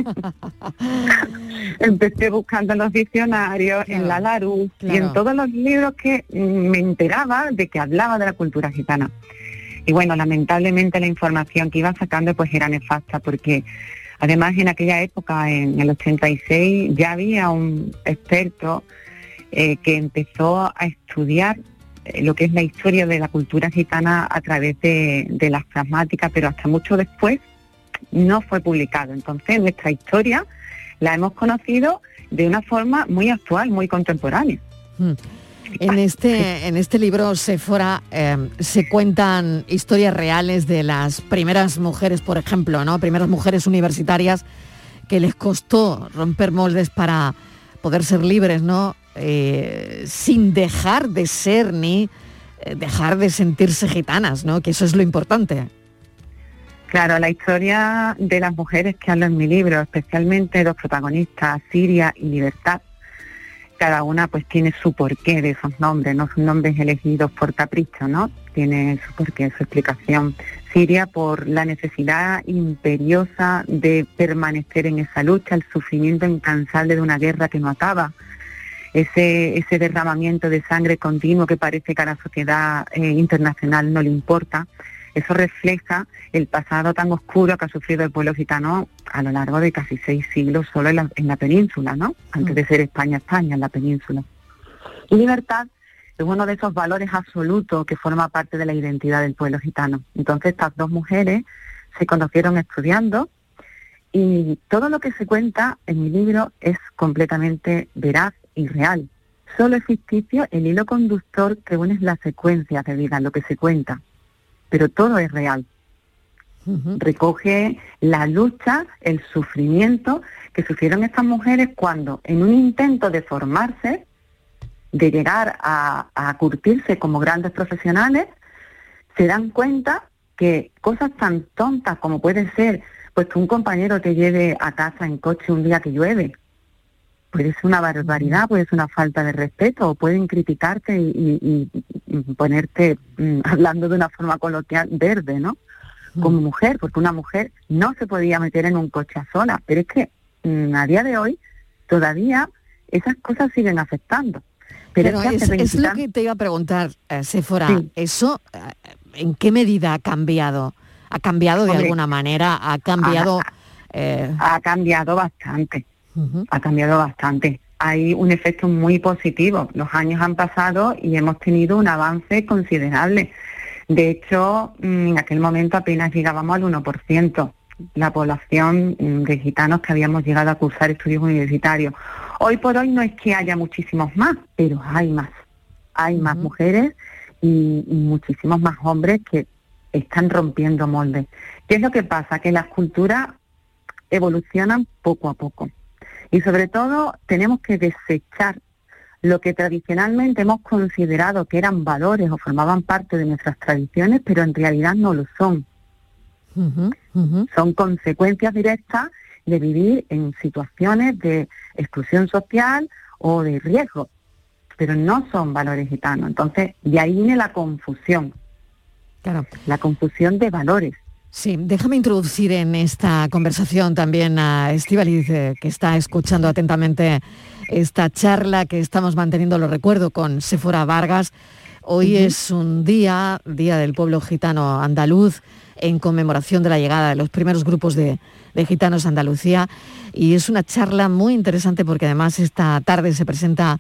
Empecé buscando en los diccionarios, en la Larousse, y en todos los libros que me enteraba de que hablaba de la cultura gitana. Y bueno, lamentablemente la información que iba sacando pues era nefasta, porque además en aquella época, en el 86, ya había un experto que empezó a estudiar lo que es la historia de la cultura gitana a través de las pragmáticas, pero hasta mucho después no fue publicado. Entonces nuestra historia la hemos conocido de una forma muy actual, muy contemporánea. En este libro, Séfora, se cuentan historias reales de las primeras mujeres, por ejemplo, ¿no? Primeras mujeres universitarias que les costó romper moldes para poder ser libres, ¿no? Sin dejar de ser ni dejar de sentirse gitanas, ¿no? Que eso es lo importante. Claro, la historia de las mujeres que hablo en mi libro, especialmente dos protagonistas, Siria y Libertad, cada una pues tiene su porqué de esos nombres, no son nombres elegidos por capricho, ¿no? Tiene su porqué, su explicación. Siria por la necesidad imperiosa de permanecer en esa lucha, el sufrimiento incansable de una guerra que no acaba, ese derramamiento de sangre continuo que parece que a la sociedad internacional no le importa. Eso refleja el pasado tan oscuro que ha sufrido el pueblo gitano a lo largo de casi 6 siglos solo en la península, ¿no? Antes de ser España, en la península. Y libertad es uno de esos valores absolutos que forma parte de la identidad del pueblo gitano. Entonces estas dos mujeres se conocieron estudiando, y todo lo que se cuenta en mi libro es completamente veraz y real. Solo es ficticio el hilo conductor que une la secuencia de vida, lo que se cuenta, pero todo es real. Recoge la lucha, el sufrimiento que sufrieron estas mujeres cuando, en un intento de formarse, de llegar a curtirse como grandes profesionales, se dan cuenta que cosas tan tontas como puede ser pues que un compañero te lleve a casa en coche un día que llueve, puede ser una barbaridad, puede ser una falta de respeto, o pueden criticarte y ponerte, hablando de una forma coloquial, verde, ¿no? Como mujer, porque una mujer no se podía meter en un coche a sola, pero es que a día de hoy todavía esas cosas siguen afectando. Pero es lo que te iba a preguntar, Séfora, sí. ¿Eso en qué medida ha cambiado? ¿Ha cambiado de alguna manera? ¿Ha cambiado? Ha cambiado bastante. Ha cambiado bastante. Hay un efecto muy positivo. Los años han pasado y hemos tenido un avance considerable. De hecho, en aquel momento apenas llegábamos al 1%, la población de gitanos que habíamos llegado a cursar estudios universitarios. Hoy por hoy no es que haya muchísimos más, pero hay más. Hay más mujeres y muchísimos más hombres que están rompiendo moldes. ¿Qué es lo que pasa? Que las culturas evolucionan poco a poco y sobre todo tenemos que desechar lo que tradicionalmente hemos considerado que eran valores o formaban parte de nuestras tradiciones, pero en realidad no lo son. Son consecuencias directas de vivir en situaciones de exclusión social o de riesgo, pero no son valores gitanos. Entonces, de ahí viene la confusión. Claro. La confusión de valores. Sí, déjame introducir en esta conversación también a Estíbaliz, que está escuchando atentamente esta charla que estamos manteniendo, lo recuerdo, con Séfora Vargas. Hoy es un día del pueblo gitano andaluz, en conmemoración de la llegada de los primeros grupos de gitanos a Andalucía, y es una charla muy interesante porque además esta tarde se presenta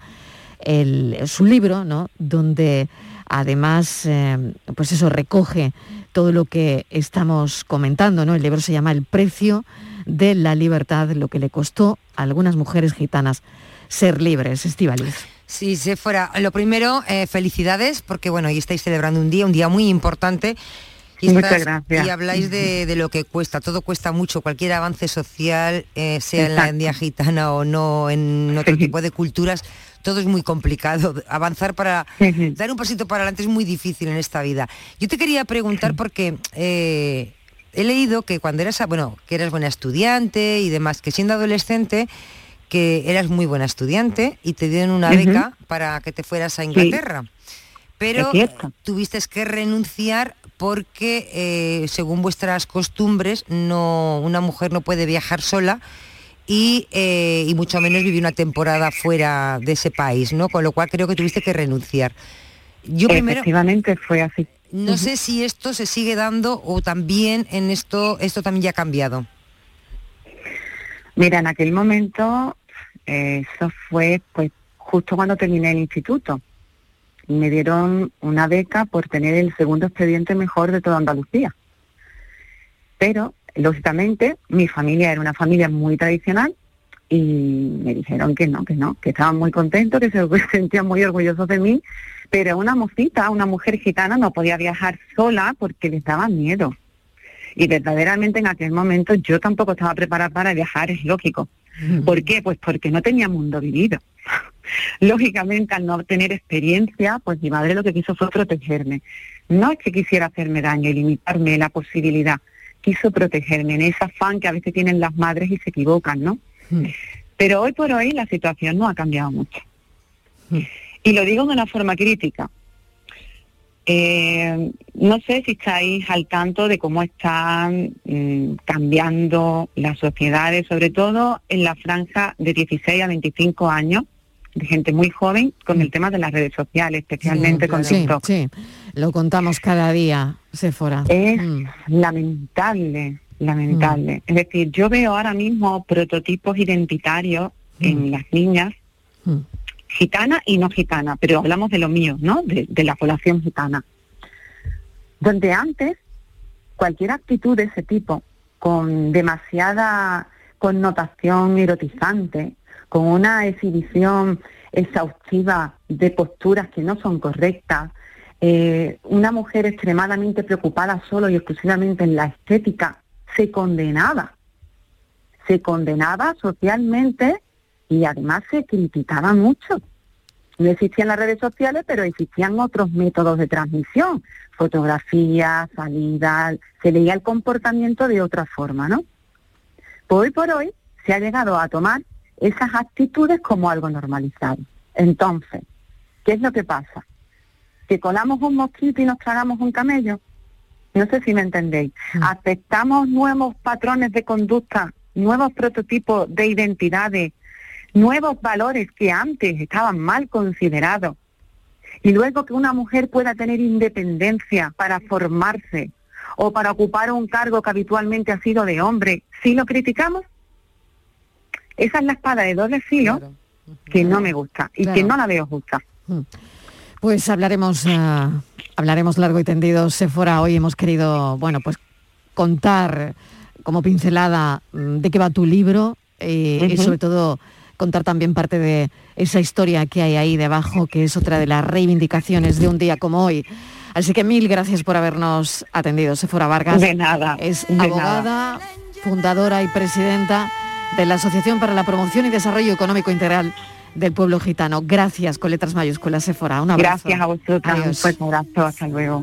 su libro, ¿no?, donde además pues eso, recoge todo lo que estamos comentando, ¿no? El libro se llama El precio de la libertad, lo que le costó a algunas mujeres gitanas ser libres. Estíbaliz. Sí, Séfora, lo primero, felicidades, porque bueno, hoy estáis celebrando un día muy importante. Muchas gracias. Y habláis de lo que cuesta, todo cuesta mucho, cualquier avance social, sea en la etnia gitana o no, en otro tipo de culturas, todo es muy complicado. Avanzar para dar un pasito para adelante es muy difícil en esta vida. Yo te quería preguntar porque he leído que cuando eras buena estudiante y demás, que siendo adolescente, que eras muy buena estudiante y te dieron una beca para que te fueras a Inglaterra. Pero tuviste que renunciar porque según vuestras costumbres una mujer no puede viajar sola y mucho menos vivir una temporada fuera de ese país, ¿no? Con lo cual creo que tuviste que renunciar. Yo Efectivamente fue así. No sé si esto se sigue dando o también en esto también ya ha cambiado. Mira, en aquel momento, eso fue pues justo cuando terminé el instituto. Me dieron una beca por tener el segundo expediente mejor de toda Andalucía. Pero, lógicamente, mi familia era una familia muy tradicional y me dijeron que no, que estaban muy contentos, que se sentían muy orgullosos de mí, pero una mujer gitana no podía viajar sola porque les daba miedo. Y verdaderamente en aquel momento yo tampoco estaba preparada para viajar, es lógico. ¿Por qué? Pues porque no tenía mundo vivido. Lógicamente, al no tener experiencia, pues mi madre lo que quiso fue protegerme. No es que quisiera hacerme daño y limitarme la posibilidad, quiso protegerme en ese afán que a veces tienen las madres y se equivocan, ¿no? Pero hoy por hoy la situación no ha cambiado mucho. Y lo digo de una forma crítica. No sé si estáis al tanto de cómo están cambiando las sociedades, sobre todo en la franja de 16 a 25 años, de gente muy joven, con el tema de las redes sociales, especialmente con TikTok. Sí, lo contamos cada día, Séfora. Es lamentable. Es decir, yo veo ahora mismo prototipos identitarios en las niñas, gitana y no gitana, pero hablamos de lo mío, ¿no? De la población gitana. Donde antes, cualquier actitud de ese tipo, con demasiada connotación erotizante, con una exhibición exhaustiva de posturas que no son correctas, una mujer extremadamente preocupada solo y exclusivamente en la estética, se condenaba socialmente y además se criticaba mucho. No existían las redes sociales, pero existían otros métodos de transmisión, fotografías, salidas, se leía el comportamiento de otra forma, ¿no? Hoy por hoy se ha llegado a tomar esas actitudes como algo normalizado. Entonces, ¿qué es lo que pasa? ¿Que colamos un mosquito y nos tragamos un camello? No sé si me entendéis. Aceptamos nuevos patrones de conducta, nuevos prototipos de identidades, nuevos valores que antes estaban mal considerados. Y luego que una mujer pueda tener independencia para formarse o para ocupar un cargo que habitualmente ha sido de hombre, ¿sí lo criticamos? Esa es la espada de doble filo que no me gusta y que no la veo justa. Pues hablaremos largo y tendido, Séfora. Hoy hemos querido, pues contar como pincelada de qué va tu libro y sobre todo contar también parte de esa historia que hay ahí debajo, que es otra de las reivindicaciones de un día como hoy. Así que mil gracias por habernos atendido. Séfora Vargas. De nada. Es de abogada, nada. fundadora y presidenta de la Asociación para la Promoción y Desarrollo Económico Integral del Pueblo Gitano. Gracias, con letras mayúsculas, Séfora. Un abrazo. Gracias a vosotros. Adiós. Un fuerte abrazo. Hasta luego.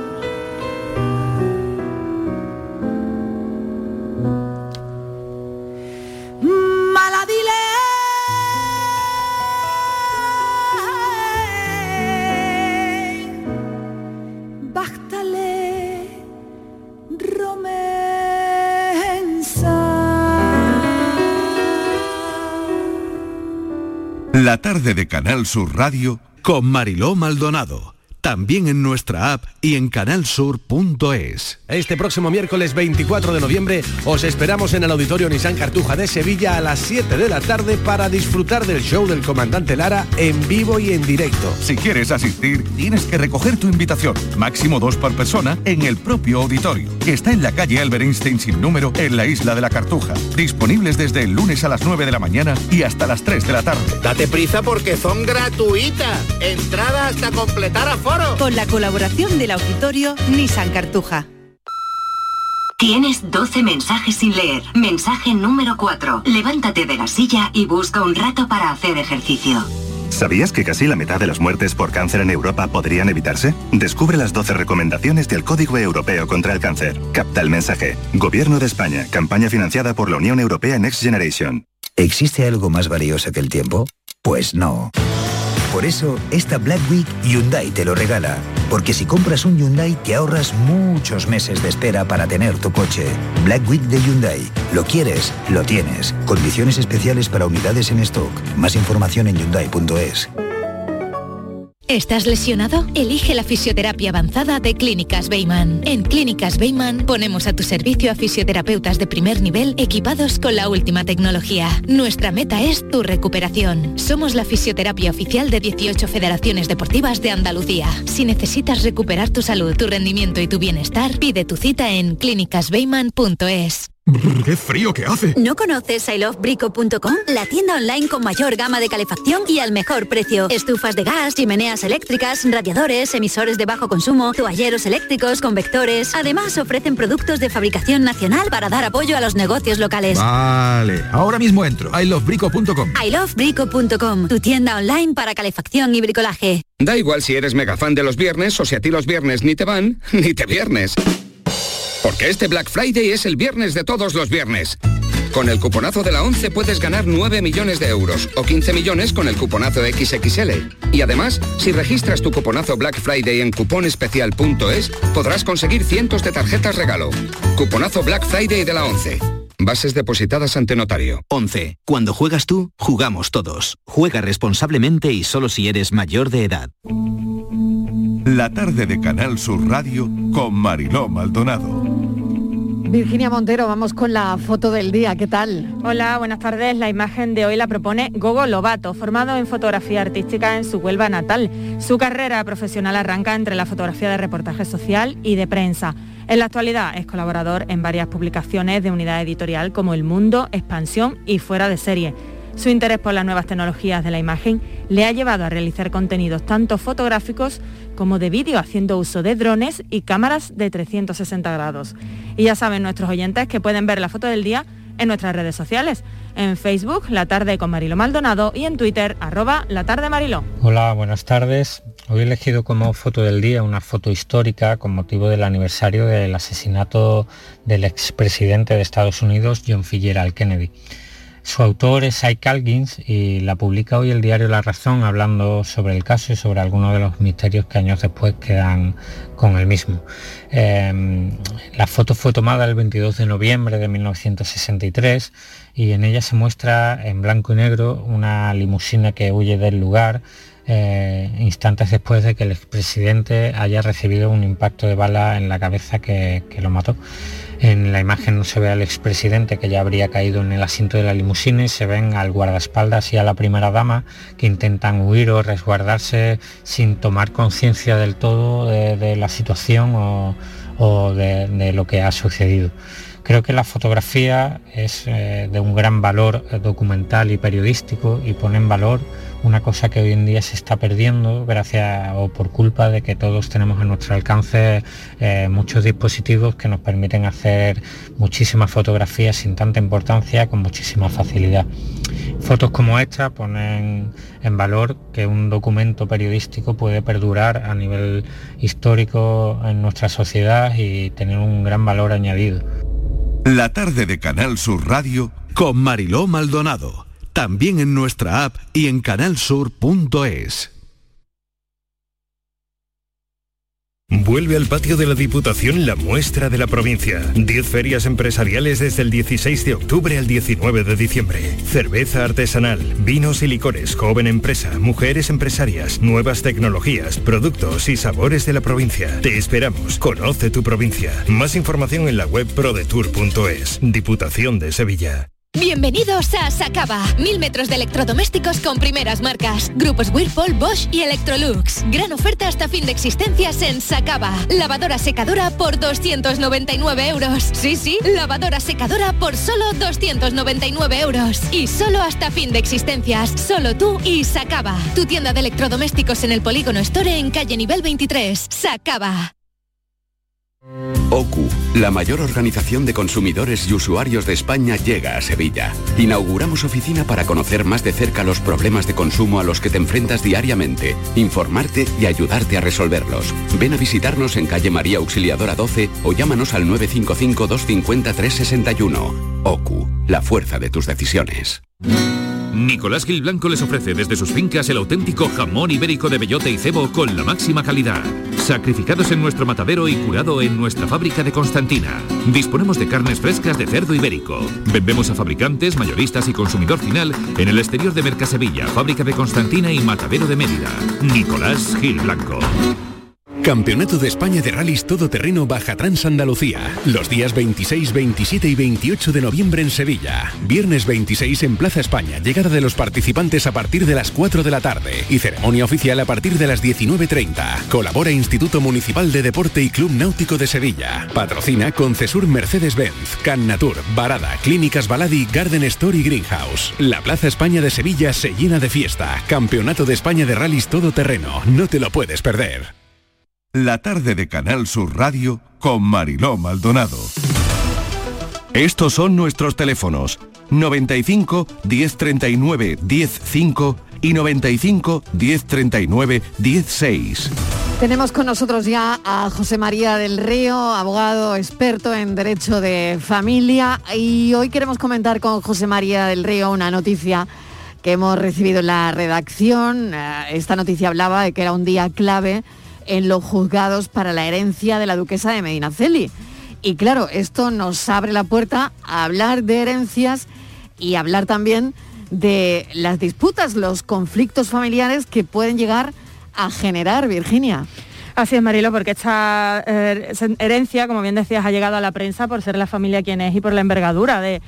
La tarde de Canal Sur Radio con Mariló Maldonado. También en nuestra app y en canalsur.es. Este próximo miércoles 24 de noviembre os esperamos en el Auditorio Nissan Cartuja de Sevilla a las 7 de la tarde para disfrutar del show del Comandante Lara en vivo y en directo. Si quieres asistir, tienes que recoger tu invitación. Máximo 2 por persona en el propio auditorio, que está en la calle Albert Einstein sin número en la isla de la Cartuja. Disponibles desde el lunes a las 9 de la mañana y hasta las 3 de la tarde. Date prisa porque son gratuitas. Entrada hasta completar aforo. Con la colaboración del Auditorio Nissan Cartuja. Tienes 12 mensajes sin leer. Mensaje número 4. Levántate de la silla y busca un rato para hacer ejercicio. ¿Sabías que casi la mitad de las muertes por cáncer en Europa podrían evitarse? Descubre las 12 recomendaciones del Código Europeo contra el Cáncer. Capta el mensaje. Gobierno de España. Campaña financiada por la Unión Europea Next Generation. ¿Existe algo más valioso que el tiempo? Pues no. Por eso, esta Black Week Hyundai te lo regala. Porque si compras un Hyundai te ahorras muchos meses de espera para tener tu coche. Black Week de Hyundai. Lo quieres, lo tienes. Condiciones especiales para unidades en stock. Más información en Hyundai.es. ¿Estás lesionado? Elige la fisioterapia avanzada de Clínicas Beiman. En Clínicas Beiman ponemos a tu servicio a fisioterapeutas de primer nivel equipados con la última tecnología. Nuestra meta es tu recuperación. Somos la fisioterapia oficial de 18 federaciones deportivas de Andalucía. Si necesitas recuperar tu salud, tu rendimiento y tu bienestar, pide tu cita en clínicasbeiman.es. ¡Qué frío que hace! ¿No conoces ilovebrico.com? La tienda online con mayor gama de calefacción y al mejor precio. Estufas de gas, chimeneas eléctricas, radiadores, emisores de bajo consumo, toalleros eléctricos, convectores. Además, ofrecen productos de fabricación nacional para dar apoyo a los negocios locales. Vale, ahora mismo entro. ilovebrico.com. ilovebrico.com, tu tienda online para calefacción y bricolaje. Da igual si eres mega fan de los viernes o si a ti los viernes ni te van, ni te viernes. Porque este Black Friday es el viernes de todos los viernes. Con el cuponazo de la 11 puedes ganar 9 millones de euros o 15 millones con el cuponazo XXL. Y además, si registras tu cuponazo Black Friday en cuponespecial.es, podrás conseguir cientos de tarjetas regalo. Cuponazo Black Friday de la 11. Bases depositadas ante notario. 11. Cuando juegas tú, jugamos todos. Juega responsablemente y solo si eres mayor de edad. La tarde de Canal Sur Radio con Mariló Maldonado. Virginia Montero, vamos con la foto del día, ¿qué tal? Hola, buenas tardes. La imagen de hoy la propone Gogo Lobato, formado en fotografía artística en su Huelva natal. Su carrera profesional arranca entre la fotografía de reportaje social y de prensa. En la actualidad es colaborador en varias publicaciones de unidad editorial como El Mundo, Expansión y Fuera de Serie. Su interés por las nuevas tecnologías de la imagen le ha llevado a realizar contenidos tanto fotográficos como de vídeo, haciendo uso de drones y cámaras de 360 grados. Y ya saben nuestros oyentes que pueden ver la foto del día en nuestras redes sociales. En Facebook, La Tarde con Mariló Maldonado, y en Twitter, @LaTardeMariló. Hola, buenas tardes. Hoy he elegido como foto del día una foto histórica con motivo del aniversario del asesinato del expresidente de Estados Unidos, John F. Kennedy. Su autor es Cy Calkins y la publica hoy el diario La Razón, hablando sobre el caso y sobre algunos de los misterios que años después quedan con el mismo. La foto fue tomada el 22 de noviembre de 1963 y en ella se muestra en blanco y negro una limusina que huye del lugar instantes después de que el expresidente haya recibido un impacto de bala en la cabeza que lo mató. En la imagen no se ve al expresidente, que ya habría caído en el asiento de la limusina, y se ven al guardaespaldas y a la primera dama que intentan huir o resguardarse sin tomar conciencia del todo de la situación o de lo que ha sucedido. Creo que la fotografía es de un gran valor documental y periodístico y pone en valor una cosa que hoy en día se está perdiendo gracias o por culpa de que todos tenemos a nuestro alcance muchos dispositivos que nos permiten hacer muchísimas fotografías sin tanta importancia, con muchísima facilidad. Fotos como esta ponen en valor que un documento periodístico puede perdurar a nivel histórico en nuestra sociedad y tener un gran valor añadido. La tarde de Canal Sur Radio con Mariló Maldonado. También en nuestra app y en canalsur.es. Vuelve al patio de la Diputación la muestra de la provincia. 10 ferias empresariales desde el 16 de octubre al 19 de diciembre. Cerveza artesanal, vinos y licores, joven empresa, mujeres empresarias, nuevas tecnologías, productos y sabores de la provincia. Te esperamos. Conoce tu provincia. Más información en la web prodetour.es. Diputación de Sevilla. Bienvenidos a Sacaba. 1000 metros de electrodomésticos con primeras marcas. Grupos Whirlpool, Bosch y Electrolux. Gran oferta hasta fin de existencias en Sacaba. Lavadora secadora por 299 euros. Sí, lavadora secadora por solo 299 euros. Y solo hasta fin de existencias. Solo tú y Sacaba. Tu tienda de electrodomésticos en el Polígono Store en calle nivel 23. Sacaba. OCU, la mayor organización de consumidores y usuarios de España, llega a Sevilla. Inauguramos oficina para conocer más de cerca los problemas de consumo a los que te enfrentas diariamente, informarte y ayudarte a resolverlos. Ven a visitarnos en calle María Auxiliadora 12 o llámanos al 955 250 361. OCU, la fuerza de tus decisiones. Nicolás Gil Blanco les ofrece desde sus fincas el auténtico jamón ibérico de bellota y cebo con la máxima calidad. Sacrificados en nuestro matadero y curado en nuestra fábrica de Constantina. Disponemos de carnes frescas de cerdo ibérico. Vendemos a fabricantes, mayoristas y consumidor final en el exterior de Mercasevilla, fábrica de Constantina y matadero de Mérida. Nicolás Gil Blanco. Campeonato de España de Rallys Todoterreno Baja Trans Andalucía. Los días 26, 27 y 28 de noviembre en Sevilla. Viernes 26 en Plaza España. Llegada de los participantes a partir de las 4 de la tarde. Y ceremonia oficial a partir de las 19:30. Colabora Instituto Municipal de Deporte y Club Náutico de Sevilla. Patrocina Concesur Mercedes-Benz, Cannatur, Barada, Clínicas Baladi, Garden Store y Greenhouse. La Plaza España de Sevilla se llena de fiesta. Campeonato de España de Rallys Todoterreno. No te lo puedes perder. La tarde de Canal Sur Radio con Mariló Maldonado. Estos son nuestros teléfonos: 95 1039 105 y 95 1039 16. Tenemos con nosotros ya a José María del Río, abogado experto en derecho de familia, y hoy queremos comentar con José María del Río una noticia que hemos recibido en la redacción. Esta noticia hablaba de que era un día clave en los juzgados para la herencia de la duquesa de Medinaceli. Y claro, esto nos abre la puerta a hablar de herencias y hablar también de las disputas, los conflictos familiares que pueden llegar a generar, Virginia. Así es, Marilo, porque esta herencia, como bien decías, ha llegado a la prensa por ser la familia quien es y por la envergadura de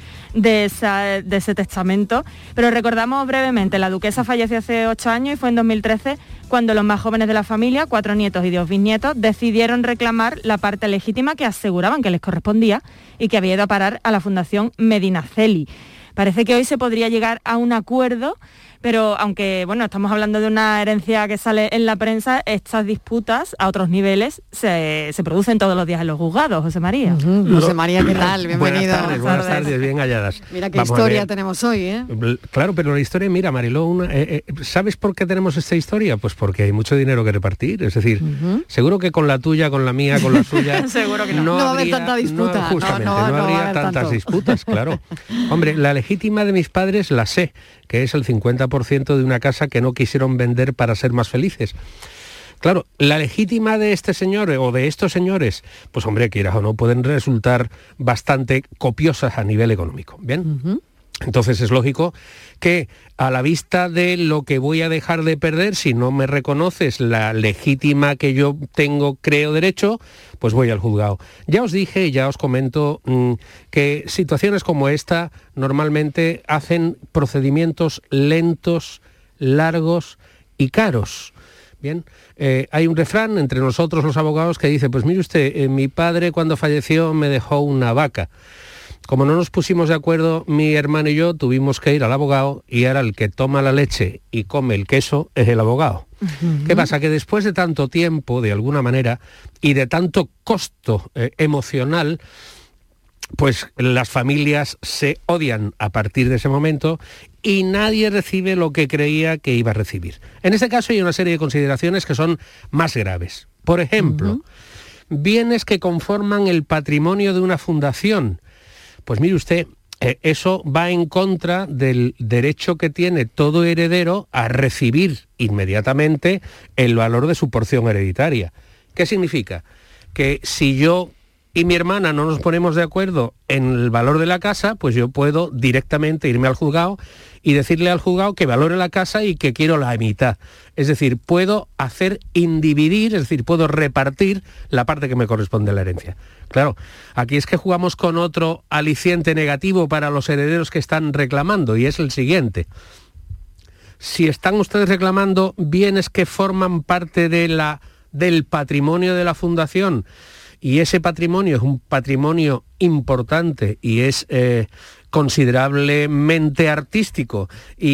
ese testamento. Pero recordamos brevemente, la duquesa falleció hace 8 años y fue en 2013 cuando los más jóvenes de la familia, 4 nietos y 2 bisnietos, decidieron reclamar la parte legítima que aseguraban que les correspondía y que había ido a parar a la Fundación Medinaceli. Parece que hoy se podría llegar a un acuerdo, pero aunque estamos hablando de una herencia que sale en la prensa, estas disputas a otros niveles se producen todos los días en los juzgados, José María. José María, ¿qué tal? Bienvenido. Buenas tardes, bien halladas. Mira qué historia tenemos hoy, ¿eh? Claro, pero la historia, mira, Mariló, ¿sabes por qué tenemos esta historia? Pues porque hay mucho dinero que repartir, es decir, seguro que con la tuya, con la mía, con la suya... seguro que no va a haber tanta disputa. Justamente, no habría tantas disputas, claro. Hombre, la legítima de mis padres la sé, que es el 50% de una casa que no quisieron vender para ser más felices. Claro, la legítima de este señor o de estos señores, pues hombre, quieras o no, pueden resultar bastante copiosas a nivel económico. ¿Bien? Entonces es lógico que a la vista de lo que voy a dejar de perder, si no me reconoces la legítima que yo tengo, creo derecho, pues voy al juzgado. Ya os dije, ya os comento que situaciones como esta normalmente hacen procedimientos lentos, largos y caros. Bien, hay un refrán entre nosotros los abogados que dice, pues mire usted, mi padre cuando falleció me dejó una vaca. Como no nos pusimos de acuerdo, mi hermano y yo tuvimos que ir al abogado y ahora el que toma la leche y come el queso es el abogado. Uh-huh. ¿Qué pasa? Que después de tanto tiempo, de alguna manera, y de tanto costo emocional, pues las familias se odian a partir de ese momento y nadie recibe lo que creía que iba a recibir. En este caso hay una serie de consideraciones que son más graves. Por ejemplo, bienes que conforman el patrimonio de una fundación. Pues mire usted, eso va en contra del derecho que tiene todo heredero a recibir inmediatamente el valor de su porción hereditaria. ¿Qué significa? Que si yo y mi hermana no nos ponemos de acuerdo en el valor de la casa, pues yo puedo directamente irme al juzgado y decirle al juzgado que valore la casa y que quiero la mitad. Es decir, puedo hacer individir, es decir, puedo repartir la parte que me corresponde a la herencia. Claro, aquí es que jugamos con otro aliciente negativo para los herederos que están reclamando, y es el siguiente. Si están ustedes reclamando bienes que forman parte del patrimonio de la fundación, y ese patrimonio es un patrimonio importante y es considerablemente artístico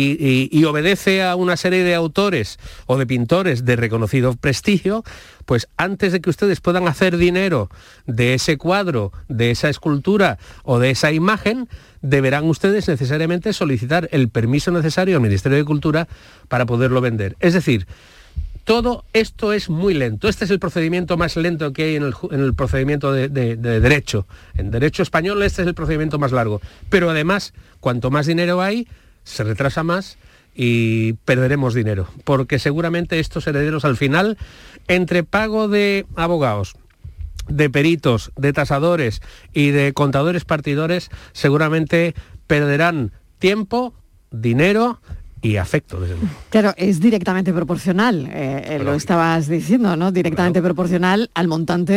y obedece a una serie de autores o de pintores de reconocido prestigio, pues antes de que ustedes puedan hacer dinero de ese cuadro, de esa escultura o de esa imagen, deberán ustedes necesariamente solicitar el permiso necesario al Ministerio de Cultura para poderlo vender. Es decir, todo esto es muy lento. Este es el procedimiento más lento que hay en el procedimiento de derecho. En derecho español este es el procedimiento más largo. Pero además, cuanto más dinero hay, se retrasa más y perderemos dinero. Porque seguramente estos herederos al final, entre pago de abogados, de peritos, de tasadores y de contadores partidores, seguramente perderán tiempo, dinero y afecto, desde luego. Claro, es directamente proporcional, lo estabas diciendo, ¿no? Directamente proporcional al montante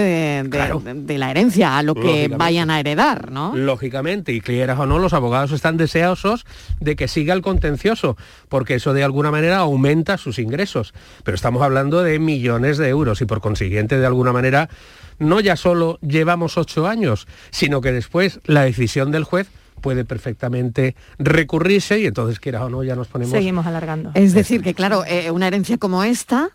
de la herencia, a lo que vayan a heredar, ¿no? Lógicamente, y quieras o no, los abogados están deseosos de que siga el contencioso, porque eso de alguna manera aumenta sus ingresos. Pero estamos hablando de millones de euros y por consiguiente, de alguna manera, no ya solo llevamos 8 años, sino que después la decisión del juez puede perfectamente recurrirse y entonces, quieras o no, ya nos ponemos... Seguimos alargando. Es decir, que claro, una herencia como esta,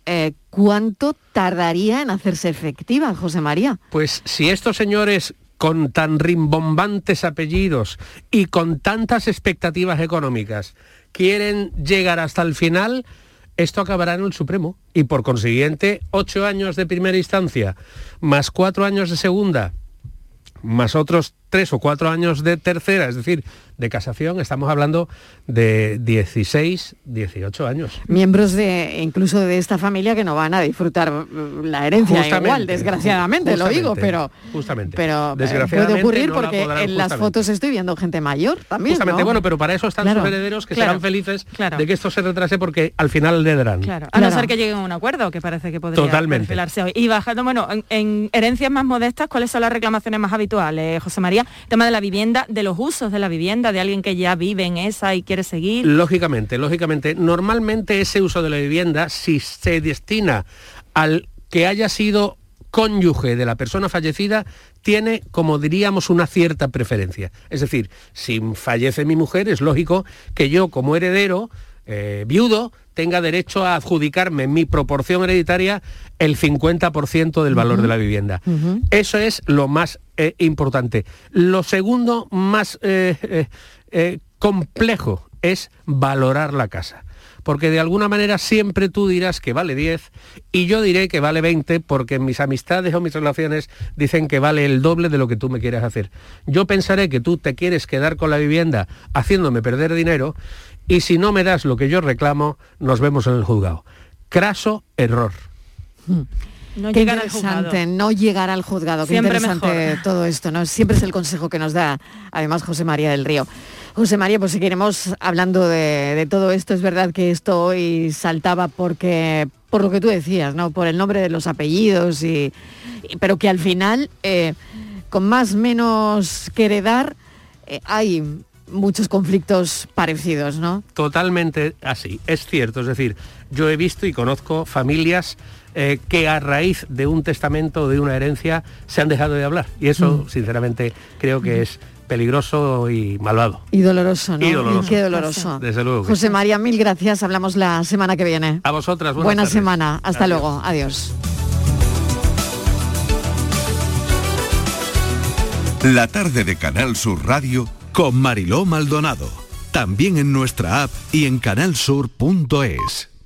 ¿cuánto tardaría en hacerse efectiva, José María? Pues si estos señores con tan rimbombantes apellidos y con tantas expectativas económicas quieren llegar hasta el final, esto acabará en el Supremo y por consiguiente 8 años de primera instancia más 4 años de segunda más otros 3 o 4 años de tercera, es decir, de casación, estamos hablando de 16, 18 años. Miembros incluso de esta familia que no van a disfrutar la herencia igual, desgraciadamente, lo digo, pero puede ocurrir porque en las fotos estoy viendo gente mayor también, justamente, ¿no? Bueno, pero para eso están sus herederos que serán felices de que esto se retrase porque al final le darán. A no ser que lleguen a un acuerdo, que parece que podría perfilarse hoy. Y bajando, bueno, en herencias más modestas, ¿cuáles son las reclamaciones más habituales, José María? Tema de la vivienda, de los usos de la vivienda, de alguien que ya vive en esa y quiere seguir. Lógicamente. Normalmente ese uso de la vivienda, si se destina al que haya sido cónyuge de la persona fallecida, tiene, como diríamos, una cierta preferencia. Es decir, si fallece mi mujer, es lógico que yo, como heredero, viudo, tenga derecho a adjudicarme en mi proporción hereditaria el 50% del valor de la vivienda. Eso es lo más importante. Lo segundo más complejo es valorar la casa. Porque de alguna manera siempre tú dirás que vale 10 y yo diré que vale 20 porque mis amistades o mis relaciones dicen que vale el doble de lo que tú me quieres hacer. Yo pensaré que tú te quieres quedar con la vivienda haciéndome perder dinero y si no me das lo que yo reclamo, nos vemos en el juzgado. Craso error. Qué interesante, no llegar al juzgado. Qué siempre interesante mejor. Todo esto, ¿no? Siempre es el consejo que nos da, además, José María del Río. José María, pues seguiremos hablando de todo esto. Es verdad que esto hoy saltaba por lo que tú decías, ¿no? Por el nombre de los apellidos, pero que al final, con más o menos que heredar, hay muchos conflictos parecidos, ¿no? Totalmente así, es cierto. Es decir, Yo he visto y conozco familias que a raíz de un testamento o de una herencia se han dejado de hablar. Y eso, sinceramente, creo que es peligroso y malvado. Y doloroso, ¿no? Y doloroso. Qué doloroso. Desde luego. José María, mil gracias. Hablamos la semana que viene. A vosotras, buena tardes. semana. Hasta Adiós. luego. Adiós. La tarde de Canal Sur Radio con Mariló Maldonado. También en nuestra app y en canalsur.es.